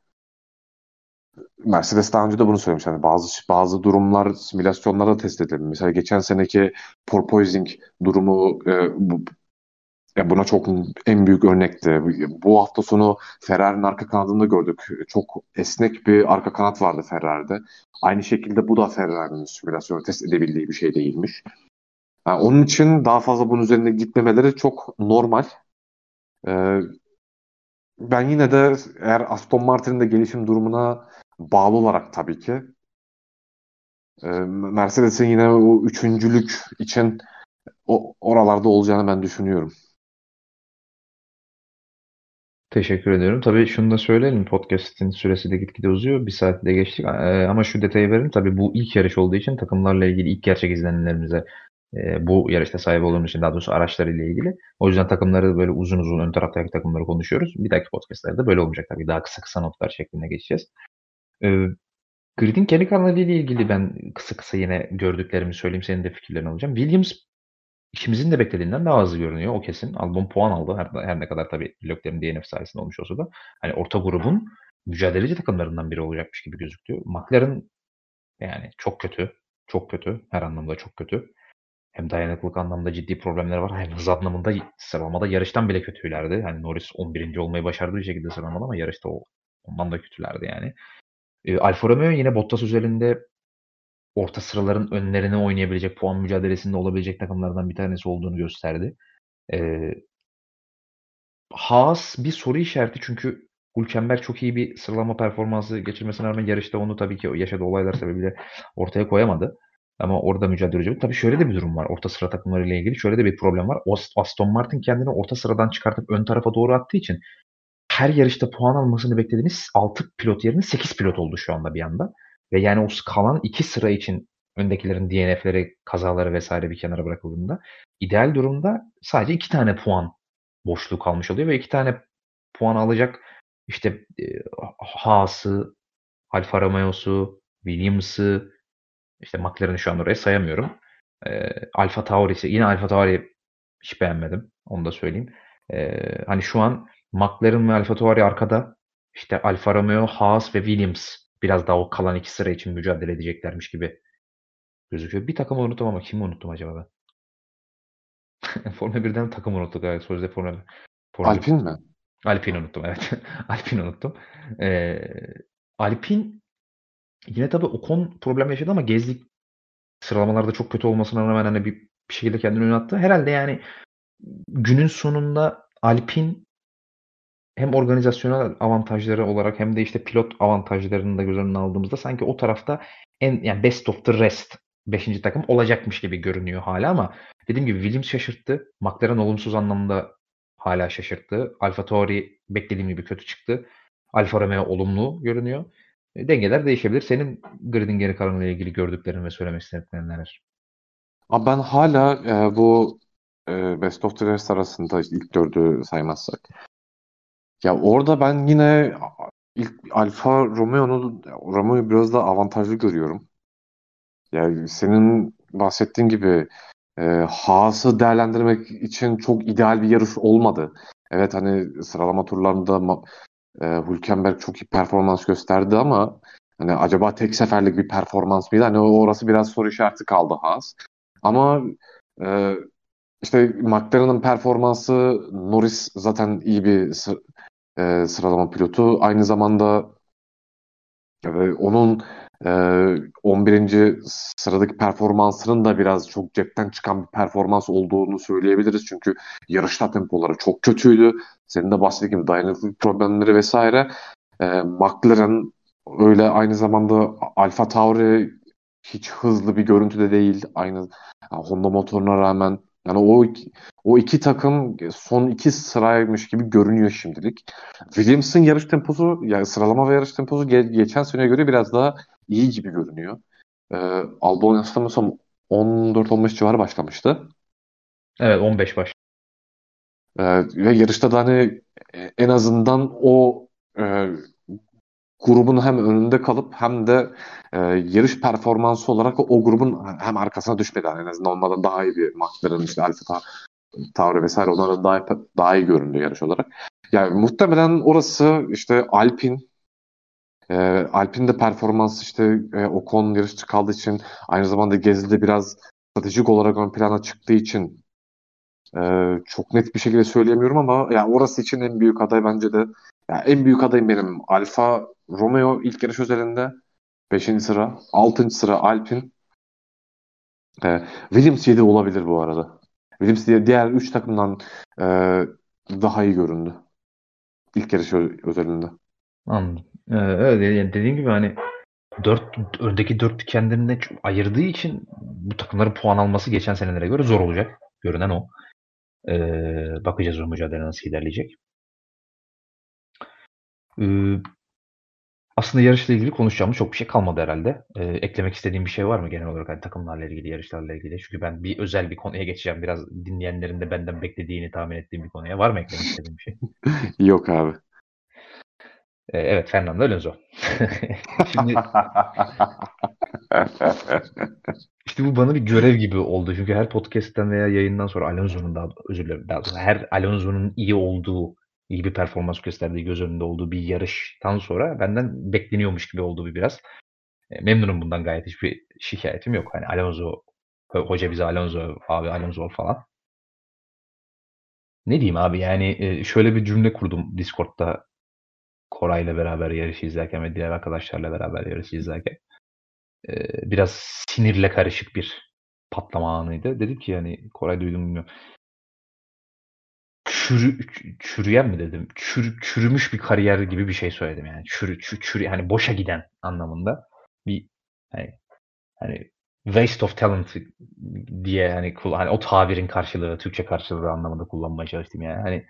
Mercedes daha önce de bunu söylemiş. Yani bazı bazı durumlar simülasyonlarda test edildi. Mesela geçen seneki porpoising durumu e, bu, ya buna çok en büyük örnekti. Bu hafta sonu Ferrari'nin arka kanadında gördük. Çok esnek bir arka kanat vardı Ferrari'de. Aynı şekilde bu da Ferrari'nin simülasyonu test edebildiği bir şey değilmiş. Yani onun için daha fazla bunun üzerine gitmemeleri çok normal. Ee, ben yine de eğer Aston Martin'in de gelişim durumuna bağlı olarak tabii ki e, Mercedes'in yine o üçüncülük için o oralarda olacağını ben düşünüyorum. Teşekkür ediyorum. Tabii şunu da söyleyelim. Podcast'in süresi de gitgide uzuyor. Bir saat de geçtik. Ee, ama şu detayı verin. Tabii bu ilk yarış olduğu için takımlarla ilgili ilk gerçek izlenimlerimize e, bu yarışta sahip olduğumuz için daha doğrusu araçlarıyla ilgili. O yüzden takımları böyle uzun uzun ön taraftaki takımları konuşuyoruz. Bir dahaki podcastlerde böyle olmayacak tabii. Daha kısa kısa notlar şeklinde geçeceğiz. Ee, Grid'in kendi kanalıyla ilgili ben kısa kısa yine gördüklerimi söyleyeyim. Senin de fikirlerini alacağım. Williams İkimizin de beklediğinden daha hızlı görünüyor. O kesin. Albon puan aldı. Her, her ne kadar tabii Leclerc'in D N F sayesinde olmuş olsa da. Hani orta grubun mücadeleci takımlarından biri olacakmış gibi gözüküyor. McLaren yani çok kötü. Çok kötü. Her anlamda çok kötü. Hem dayanıklılık anlamında ciddi problemleri var. Hem hız anlamında sıralamada yarıştan bile kötülerdi. Hani Norris on birinci olmayı başardığı bir şekilde sıralamada ama yarışta o ondan da kötülerdi yani. E, Alfa Romeo yine Bottas üzerinde orta sıraların önlerine oynayabilecek, puan mücadelesinde olabilecek takımlardan bir tanesi olduğunu gösterdi. E, Haas bir soru işareti çünkü Hülkenberg çok iyi bir sıralama performansı geçirmesine rağmen yarışta onu tabii ki o yaşadığı olaylar sebebiyle ortaya koyamadı. Ama orada mücadele edecek. Tabii şöyle de bir durum var. Orta sıra takımlarıyla ilgili şöyle de bir problem var. Aston Martin kendini orta sıradan çıkartıp ön tarafa doğru attığı için her yarışta puan almasını beklediğimiz altı pilot yerine sekiz pilot oldu şu anda bir anda. Ve yani o kalan iki sıra için öndekilerin D N F'leri, kazaları vesaire bir kenara bırakıldığında ideal durumda sadece iki tane puan boşluğu kalmış oluyor ve iki tane puan alacak işte e, Haas'ı, Alfa Romeo'su, Williams'ı, işte McLaren'ı şu an oraya sayamıyorum. E, Alfa Tauri'si, yine Alfa Tauri hiç beğenmedim. Onu da söyleyeyim. E, hani şu an McLaren ve Alfa Tauri arkada. İşte Alfa Romeo, Haas ve Williams biraz daha o kalan iki sıra için mücadele edeceklermiş gibi gözüküyor. Bir takımı unuttum ama kimi unuttum acaba ben? Formula birden takım unuttuk. Evet, sözde Formula, Formula Alpin mi? Alpine unuttum, evet. Alpine unuttum. Ee, Alpine yine tabii Ocon problem yaşadı ama Gezdi sıralamalarda çok kötü olmasına rağmen hani bir, bir şekilde kendini öne attı. Herhalde yani günün sonunda Alpine hem organizasyonel avantajları olarak hem de işte pilot avantajlarını da göz önüne aldığımızda sanki o tarafta en yani best of the rest beşinci takım olacakmış gibi görünüyor hala ama dediğim gibi Williams şaşırttı. McLaren olumsuz anlamda hala şaşırttı. AlphaTauri beklediğim gibi kötü çıktı. Alfa Romeo olumlu görünüyor. E, dengeler değişebilir. Senin gridin geri kalanıyla ilgili gördüklerin ve söylemek istediklerin neler? Abi ben hala e, bu e, Best of the Rest arasında ilk dördü saymazsak. Ya orada ben yine ilk Alfa Romeo'nun Romeo'yu biraz daha avantajlı görüyorum. Yani senin bahsettiğin gibi e, Haas'ı değerlendirmek için çok ideal bir yarış olmadı. Evet hani sıralama turlarında ma- e, Hülkenberg çok iyi performans gösterdi ama hani acaba tek seferlik bir performans mıydı? Hani orası biraz soru işareti kaldı Haas. Ama e, işte McLaren'ın performansı Norris zaten iyi bir sı- e, sıralama pilotu. Aynı zamanda e, onun e, on birinci sıradaki performansının da biraz çok cepten çıkan bir performans olduğunu söyleyebiliriz. Çünkü yarışta tempoları çok kötüydü. Senin de bahsettiğin gibi dayanıklılık problemleri vesaire. E, McLaren öyle aynı zamanda Alfa Tauri hiç hızlı bir görüntüde değil. Aynı yani Honda motoruna rağmen yani o iki, o iki takım son iki sıraymış gibi görünüyor şimdilik. Williams'ın yarış temposu yani sıralama ve yarış temposu ge- geçen seneye göre biraz daha iyi gibi görünüyor. Ee, Albon yanılmıyorsam on dört on beş civarı başlamıştı. Evet, on beş baş. Ee, ve yarışta da hani e, en azından o e, grubun hem önünde kalıp hem de e, yarış performansı olarak o grubun hem arkasına düşmedi. Yani en azından onlardan daha iyi bir McLaren, işte Alfa Tauri vesaire onlardan daha, daha iyi göründü yarış olarak. Yani muhtemelen orası işte Alpine e, Alpine'de performans işte e, Ocon yarışçı kaldığı için aynı zamanda Gezi'de biraz stratejik olarak ön plana çıktığı için e, çok net bir şekilde söyleyemiyorum ama yani orası için en büyük aday bence de yani en büyük adayım benim Alfa Romeo ilk yarış özelinde beşinci sıra, altıncı sıra Alpine. E, Williams yedi olabilir bu arada. Williams diye diğer üç takımdan e, daha iyi göründü ilk yarış ö- özelinde. Anladım. Ee, evet, yani dediğim gibi hani dört öndeki dört kendine çok ayırdığı için bu takımların puan alması geçen senelere göre zor olacak. Görünen o. Ee, bakacağız o mücadele nasıl ilerleyecek. Ee, aslında yarışla ilgili konuşacağımız çok bir şey kalmadı herhalde. Ee, eklemek istediğim bir şey var mı genel olarak hani takımlarla ilgili, yarışlarla ilgili? Çünkü ben bir özel bir konuya geçeceğim. Biraz dinleyenlerin de benden beklediğini tahmin ettiğim bir konuya. Var mı eklemek istediğim bir şey? Yok abi. Ee, evet, Fernando Alonso. Şimdi İşte bu bana bir görev gibi oldu. Çünkü her podcast'ten veya yayından sonra Alonso'nun daha özür dilerim. Daha doğrusu her Alonso'nun iyi olduğu, iyi bir performans gösterdiği, göz önünde olduğu bir yarıştan sonra benden bekleniyormuş gibi oldu bir biraz. E, memnunum bundan, gayet hiçbir şikayetim yok. Hani Alonso, hoca bize Alonso, abi Alonso ol falan. Ne diyeyim abi, yani e, şöyle bir cümle kurdum Discord'da Koray'la beraber yarışı izlerken ve diğer arkadaşlarla beraber yarışı izlerken. E, biraz sinirle karışık bir patlama anıydı. Dedim ki yani Koray duydum bilmiyorum. Çürü, çürüyen mi dedim? Çür, çürümüş bir kariyer gibi bir şey söyledim yani. Çürü, çürü, çürü hani boşa giden anlamında bir hani hani waste of talent diye yani, hani o tabirin karşılığı, Türkçe karşılığı anlamında kullanmaya çalıştım yani. Hani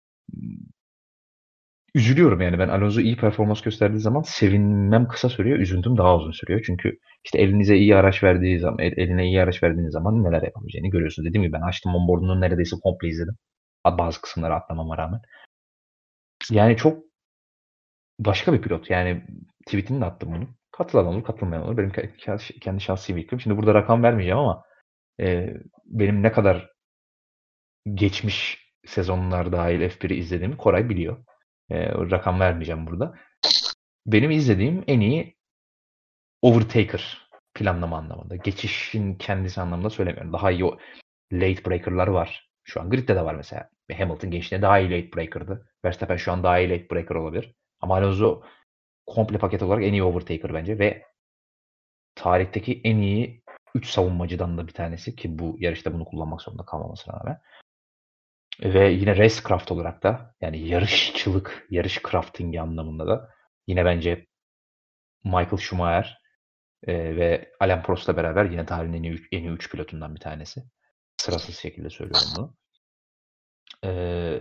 üzülüyorum yani, ben Alonso iyi performans gösterdiği zaman sevinmem kısa sürüyor, üzüntüm daha uzun sürüyor. Çünkü işte elinize iyi araç verdiği zaman, eline iyi araç verdiğiniz zaman neler yapabileceğini görüyorsunuz. Dediğim gibi ben açtım onboard'unu neredeyse komple izledim. Bazı kısımları atlamama rağmen. Yani çok başka bir pilot. Yani tweetini de attım bunu. Katılan olur, katılmayan olur. Benim kendi şahsi fikrim. Şimdi burada rakam vermeyeceğim ama e, benim ne kadar geçmiş sezonlar dahil F bir'i izlediğimi Koray biliyor. E, rakam vermeyeceğim burada. Benim izlediğim en iyi overtaker planlama anlamında. Geçişin kendisi anlamında söylemiyorum. Daha iyi o late breaker'lar var. Şu an gridde de var mesela. Hamilton gençliğinde daha iyi late breaker'dı. Verstappen şu an daha iyi late breaker olabilir. Ama Alonso komple paket olarak en iyi overtaker bence ve tarihteki en iyi üç savunmacıdan da bir tanesi ki bu yarışta bunu kullanmak zorunda kalmamasına rağmen. Ve yine racecraft olarak da, yani yarışçılık, yarış crafting anlamında da yine bence Michael Schumacher e, ve Alain Prost'la beraber yine tarihin en iyi, en iyi üç pilotundan bir tanesi. Sırasız şekilde söylüyorum bunu. Ee,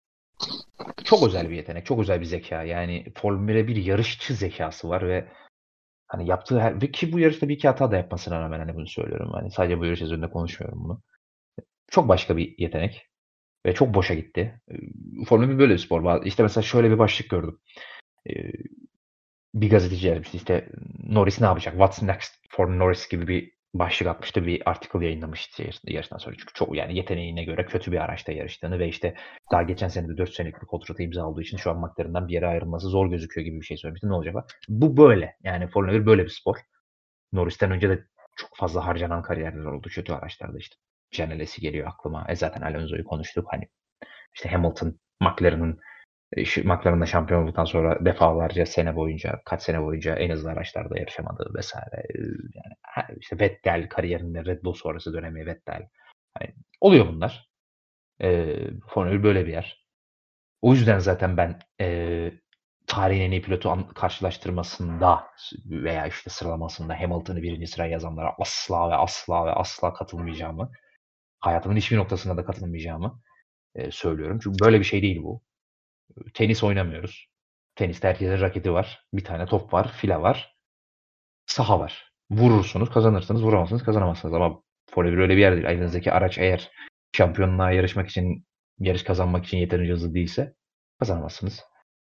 çok özel bir yetenek, çok özel bir zeka. Yani Formula bir yarışçı zekası var ve hani yaptığı her... Ve ki bu yarışta bir iki hata da yapmasına rağmen hani bunu söylüyorum. Hani sadece bu yarış üzerinde konuşmuyorum bunu. Çok başka bir yetenek. Ve çok boşa gitti. Formula bir böyle bir spor. İşte mesela şöyle bir başlık gördüm. Ee, bir gazeteci yazmıştı. İşte Norris ne yapacak? What's next for Norris gibi bir başlık atmıştı. Bir artikel yayınlamıştı yarıştan sonra. Çünkü çok, yani yeteneğine göre kötü bir araçta yarıştığını ve işte daha geçen sene de dört senelik bir kontratı imzaladığı için şu an McLaren'dan bir yere ayrılması zor gözüküyor gibi bir şey söylemişti. Ne olacak? Bu böyle. Yani Formula bir böyle bir spor. Norris'ten önce de çok fazla harcanan kariyerler oldu kötü araçlarda işte. Canelesi geliyor aklıma. E zaten Alonso'yu konuştuk. Hani işte Hamilton, McLaren'ın McLaren'da şampiyon olduktan sonra defalarca sene boyunca, kaç sene boyunca en hızlı araçlarda yarışamadığı vesaire. Yani işte Vettel kariyerinde, Red Bull sonrası dönemi Vettel. Yani oluyor bunlar. E, Formula bir böyle bir yer. O yüzden zaten ben e, tarihin en iyi pilotu karşılaştırmasında veya işte sıralamasında Hamilton'ı birinci sıraya yazanlara asla ve asla ve asla katılmayacağımı, hayatımın hiçbir noktasında da katılmayacağımı e, söylüyorum. Çünkü böyle bir şey değil bu. Tenis oynamıyoruz. Teniste herkesin raketi var. Bir tane top var, file var, saha var. Vurursunuz, kazanırsınız, vuramazsınız, kazanamazsınız. Ama Formula bir öyle bir yer değil. Elinizdeki araç eğer şampiyonluğa yarışmak için, yarış kazanmak için yeterince hızlı değilse kazanamazsınız.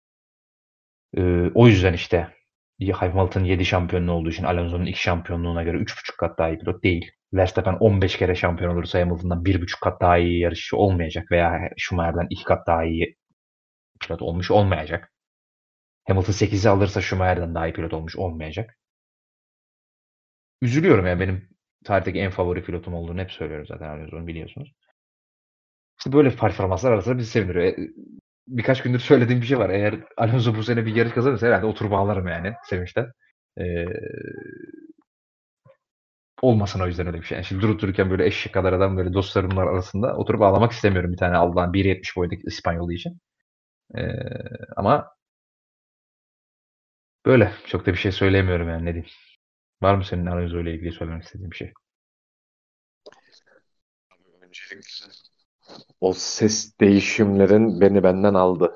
Ee, o yüzden işte Hamilton'ın yedi şampiyonluğu olduğu için Alonso'nun iki şampiyonluğuna göre üç buçuk kat daha iyi pilot değil. Verstappen on beş kere şampiyon olursa Hamilton'dan bir buçuk kat daha iyi yarışçı olmayacak veya Schumacher'dan iki kat daha iyi pilot olmuş olmayacak. Hamilton sekizi alırsa Schumacher'dan daha iyi pilot olmuş olmayacak. Üzülüyorum yani, benim tarihteki en favori pilotum olduğunu hep söylüyorum zaten, Alonso'nu biliyorsunuz. İşte böyle performanslar arasında bizi sevindiriyor. E, birkaç gündür söylediğim bir şey var. Eğer Alonso bu sene bir yarış kazanırsa herhalde oturup ağlarım yani sevinçten. Ee, olmasın o yüzden öyle bir şey. Yani şimdi durup dururken böyle eşek kadar adam böyle dostlarımlar arasında oturup ağlamak istemiyorum bir tane Allah'ın bir yetmiş boyundaki İspanyolu için. Ee, ama böyle. Çok da bir şey söyleyemiyorum yani, ne diyeyim. Var mı senin Alonso ile ilgili söylemek istediğin bir şey? Öncelikle o ses değişimlerin beni benden aldı.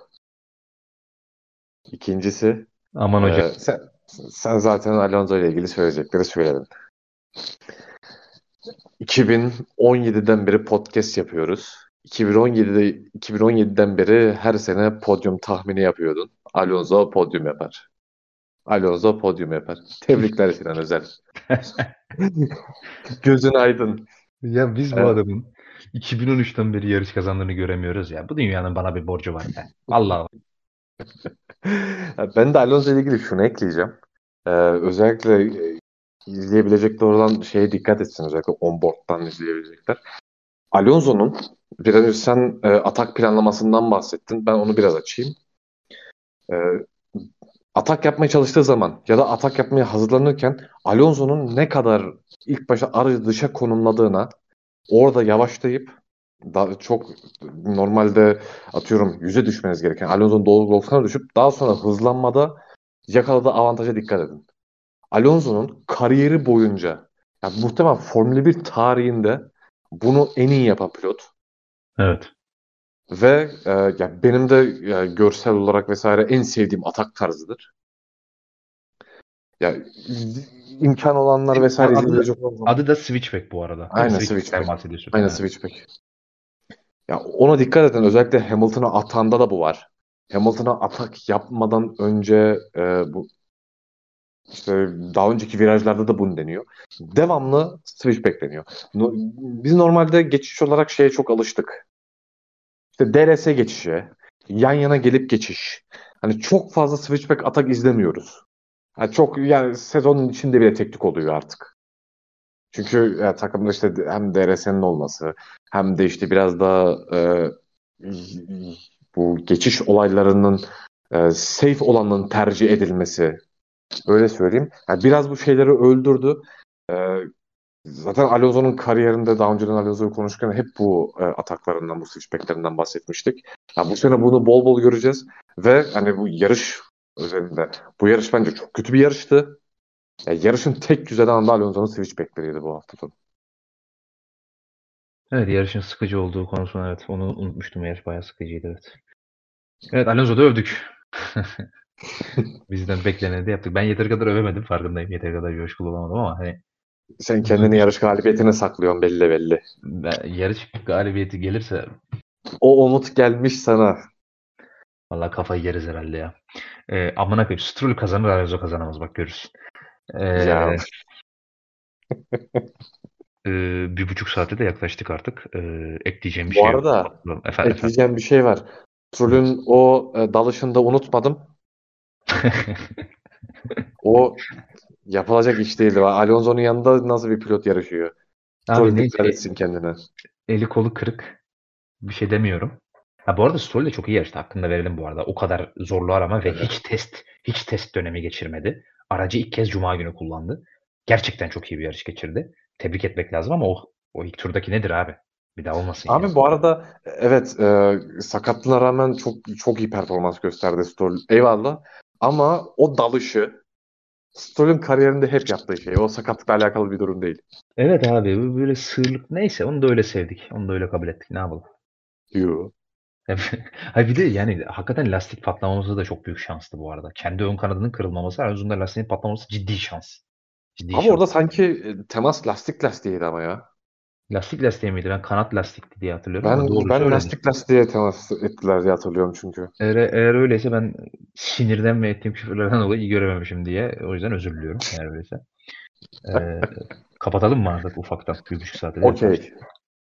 İkincisi, Aman hocam. e, sen, sen zaten Alonso ile ilgili söyleyecekleri söyledin. iki bin on yediden beri podcast yapıyoruz. iki bin on yedide iki bin on yediden beri her sene podyum tahmini yapıyordun. Alonso podyum yapar. Alonso podyum yapar. Tebrikler Sinan Özel. Gözün aydın. Ya biz bu Ee, adamın iki bin on üçten beri yarış kazandığını göremiyoruz ya. Bu dünyanın bana bir borcu var be. Vallahi. ben de Alonso ile ilgili şunu ekleyeceğim. Ee, özellikle e, izleyebilecekler olan şeye dikkat etsin. Özellikle onboard'dan izleyebilecekler. Alonso'nun biraz önce sen e, atak planlamasından bahsettin. Ben onu biraz açayım. Ee, atak yapmaya çalıştığı zaman ya da atak yapmaya hazırlanırken Alonso'nun ne kadar ilk başta aracı dışa konumladığına, orada yavaşlayıp daha çok normalde atıyorum yüze düşmeniz gereken Alonso'nun doksana düşüp daha sonra hızlanmada yakaladığı avantaja dikkat edin. Alonso'nun kariyeri boyunca Ya, muhtemelen Formula bir tarihinde bunu en iyi yapan pilot. Evet. Ve e, ya benim de e, görsel olarak vesaire en sevdiğim atak tarzıdır. Ya imkan olanlar vesaire Adı da, izleyebilecek olan zaman. adı da Switchback bu arada. Değil mi? Aynen Switchback'ten switchback. bahsediyorsun. Aynen Evet. switchback. Ya ona dikkat edin. Özellikle Hamilton'a atağında da bu var. Hamilton'a atak yapmadan önce e, bu işte daha önceki virajlarda da bunu deniyor. Devamlı switchback deniyor. No- biz normalde geçiş olarak şeye çok alıştık. İşte D R S geçişi, yan yana gelip geçiş. Hani çok fazla switchback atak izlemiyoruz. Yani çok yani sezonun içinde bile teknik oluyor artık. Çünkü ya, takımda işte hem D R S'nin olması hem de işte biraz daha e, bu geçiş olaylarının e, safe olanın tercih edilmesi, öyle söyleyeyim. Yani biraz bu şeyleri öldürdü. E, Zaten Alonso'nun kariyerinde daha önceden Alonso'yu konuşurken hep bu e, ataklarından, bu switchbacklerinden bahsetmiştik. Ya bu sene bunu bol bol göreceğiz ve hani bu yarış özelinde bu yarış bence çok kötü bir yarıştı. Ya yarışın tek güzel anı da Alonso'nun switchbackleriydi bu hafta sonu. Evet, yarışın sıkıcı olduğu konusunu, evet, onu unutmuştum. Yarış bayağı sıkıcıydı, evet. Evet, Alonso'da övdük. Bizden bekleneni de yaptık. Ben yeteri kadar övemedim, farkındayım. Yeteri kadar coşkulu olamadım ama hani Sen kendini duymuş, yarış galibiyetine saklıyorsun belli belli. ben- yarış galibiyeti gelirse O umut gelmiş sana. vallahi kafayı yeriz herhalde ya. Ee, amına koyayım. Stroll kazanır, Alonso kazanamaz, bak görürsün. Ya Ee, e, Bir buçuk saate de yaklaştık artık. Ee, ekleyeceğim bir bu şey yok. arada Efendim, efendim. ekleyeceğim bir şey var. Troll'ün o e, dalışını da unutmadım. O yapılacak iş değildi. Alonso'nun yanında nasıl bir pilot yarışıyor? Abi Troll neyse, dikkat e- etsin kendine. eli kolu kırık. Bir şey demiyorum. Ha, bu arada Stroll de çok iyi yarıştı. Hakkını da verelim bu arada. O kadar zorlu arama ve hiç Evet. test hiç test dönemi geçirmedi. Aracı ilk kez Cuma günü kullandı. Gerçekten çok iyi bir yarış geçirdi. Tebrik etmek lazım ama o, o ilk turdaki nedir abi? Bir daha olmasın yani. Abi bu arada evet e, sakatlığına rağmen çok çok iyi performans gösterdi Stroll. Eyvallah. Ama o dalışı Stroll'ün kariyerinde hep yaptığı şey. O sakatlıkla alakalı bir durum değil. Evet abi, bu böyle sığırlık neyse, onu da öyle sevdik. Onu da öyle kabul ettik. Ne yapalım? Yo. Hayır, bir de yani hakikaten lastik patlamaması da çok büyük şanstı bu arada. Kendi ön kanadının kırılmaması, Erzurum'da lastiğin patlaması ciddi şans. Ciddi Ama şans. orada sanki e, temas lastik lastiğiydi ama ya. Lastik lastiği miydi? Ben kanat lastikti diye hatırlıyorum ama Ben doğrusu ben öyledir. lastik lastiğe temas ettiler diye hatırlıyorum çünkü. Eğer, eğer öyleyse ben sinirden ve ettiğim küfürlerden dolayı iyi görememişim diye. O yüzden özür diliyorum eğer öyleyse. Ee, Kapatalım mı artık ufaktan? Bir buçuk saate de yaklaştık. Okey.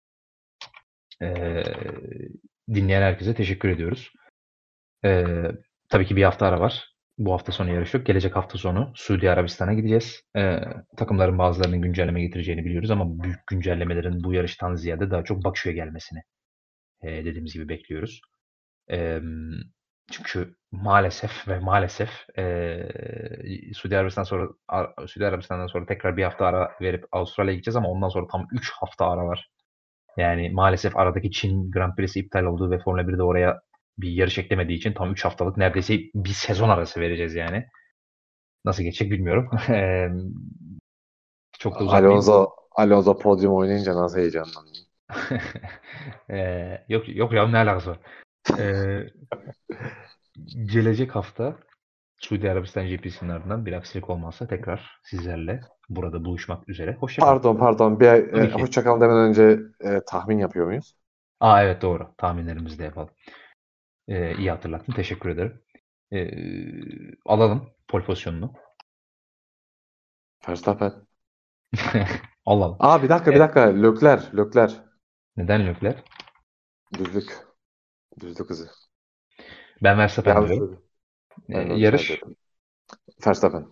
Ee, Dinleyen herkese teşekkür ediyoruz. Ee, tabii ki bir hafta ara var. Bu hafta sonu yarış yok. Gelecek hafta sonu Suudi Arabistan'a gideceğiz. Ee, takımların bazılarının güncelleme getireceğini biliyoruz ama büyük güncellemelerin bu yarıştan ziyade daha çok Bakü'ye gelmesini e, dediğimiz gibi bekliyoruz. Ee, Çünkü maalesef ve maalesef ee, Suudi Arabistan sonra Suudi Arabistan'dan sonra tekrar bir hafta ara verip Avustralya'ya gideceğiz ama ondan sonra tam üç hafta ara var. Yani maalesef aradaki Çin Grand Prix'si iptal olduğu ve Formula bir de oraya bir yarış eklemediği için tam üç haftalık neredeyse bir sezon arası vereceğiz yani. Nasıl geçecek bilmiyorum. Eee, Çok da uzatmayayım. Alonso Alonso podyum oynayınca nasıl heyecanlandım. Eee, yok yok ya, ne alakası var? Eee, Gelecek hafta Suudi Arabistan G P'sinin ardından bir aksilik olmazsa tekrar sizlerle burada buluşmak üzere. Hoşça kalın. Pardon pardon. Bir Tabii e, ki. hoşça kal demeden önce e, tahmin yapıyor muyuz? Aa, evet, doğru. Tahminlerimizi de yapalım. Eee iyi hatırlattın. Teşekkür ederim. Eee, alalım pole pozisyonunu. Verstappen. Alalım. Aa bir dakika bir E, dakika. Lökler. Lökler. Neden Leclerc? Düzlük. Düzlük hızı. Ben Verstappen Yanlış diyorum. söyledim. E, Ben Lökler yarış dedim. Verstappen.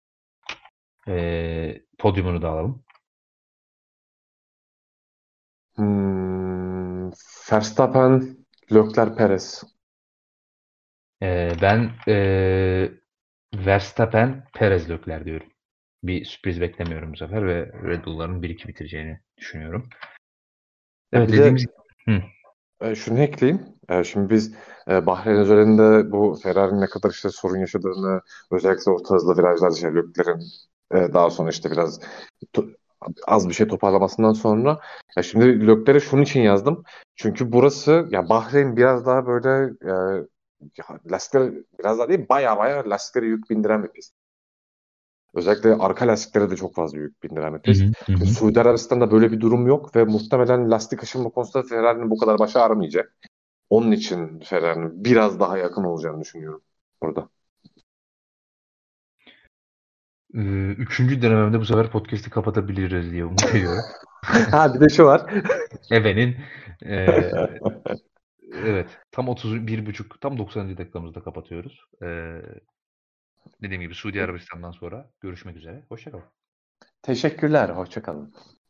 e, podyumunu da alalım. Hmm, Verstappen. Lökler Perez. E, ben e, Verstappen, Perez, Leclerc diyorum. Bir sürpriz beklemiyorum bu sefer ve Red Bull'ların bir iki bitireceğini düşünüyorum. Ya Evet, bir dediğimiz de gibi. Hı. e, şunu ekleyeyim. E, şimdi biz e, Bahreyn özelinde bu Ferrari'nin ne kadar işte sorun yaşadığını özellikle orta hızlı virajlarda işte Lökler'in e, daha sonra işte biraz az bir şey toparlamasından sonra. Ya şimdi Lökler'e şunun için yazdım. Çünkü burası ya Bahreyn biraz daha böyle e, ya lastikleri biraz daha değil baya baya lastiklere yük bindiren bir pist. Özellikle arka lastiklere de çok fazla yük bindiren bir Hı pist. hı, hı Şimdi hı. Suudi Arabistan'da böyle bir durum yok ve muhtemelen lastik aşınma konusunda Ferrari'nin bu kadar başı ağrımayacak. Onun için Ferrari'nin biraz daha yakın olacağını düşünüyorum burada. Ee, Üçüncü denememde bu sefer podcast'i kapatabiliriz diye umut ediyorum. Ha bir de şu var. Eve'nin ee, evet tam otuz bir buçuk tam doksanıncı dakikamızda kapatıyoruz. Ee, dediğim gibi Suudi Arabistan'dan sonra görüşmek üzere. Hoşça kalın. Teşekkürler. Hoşça kalın.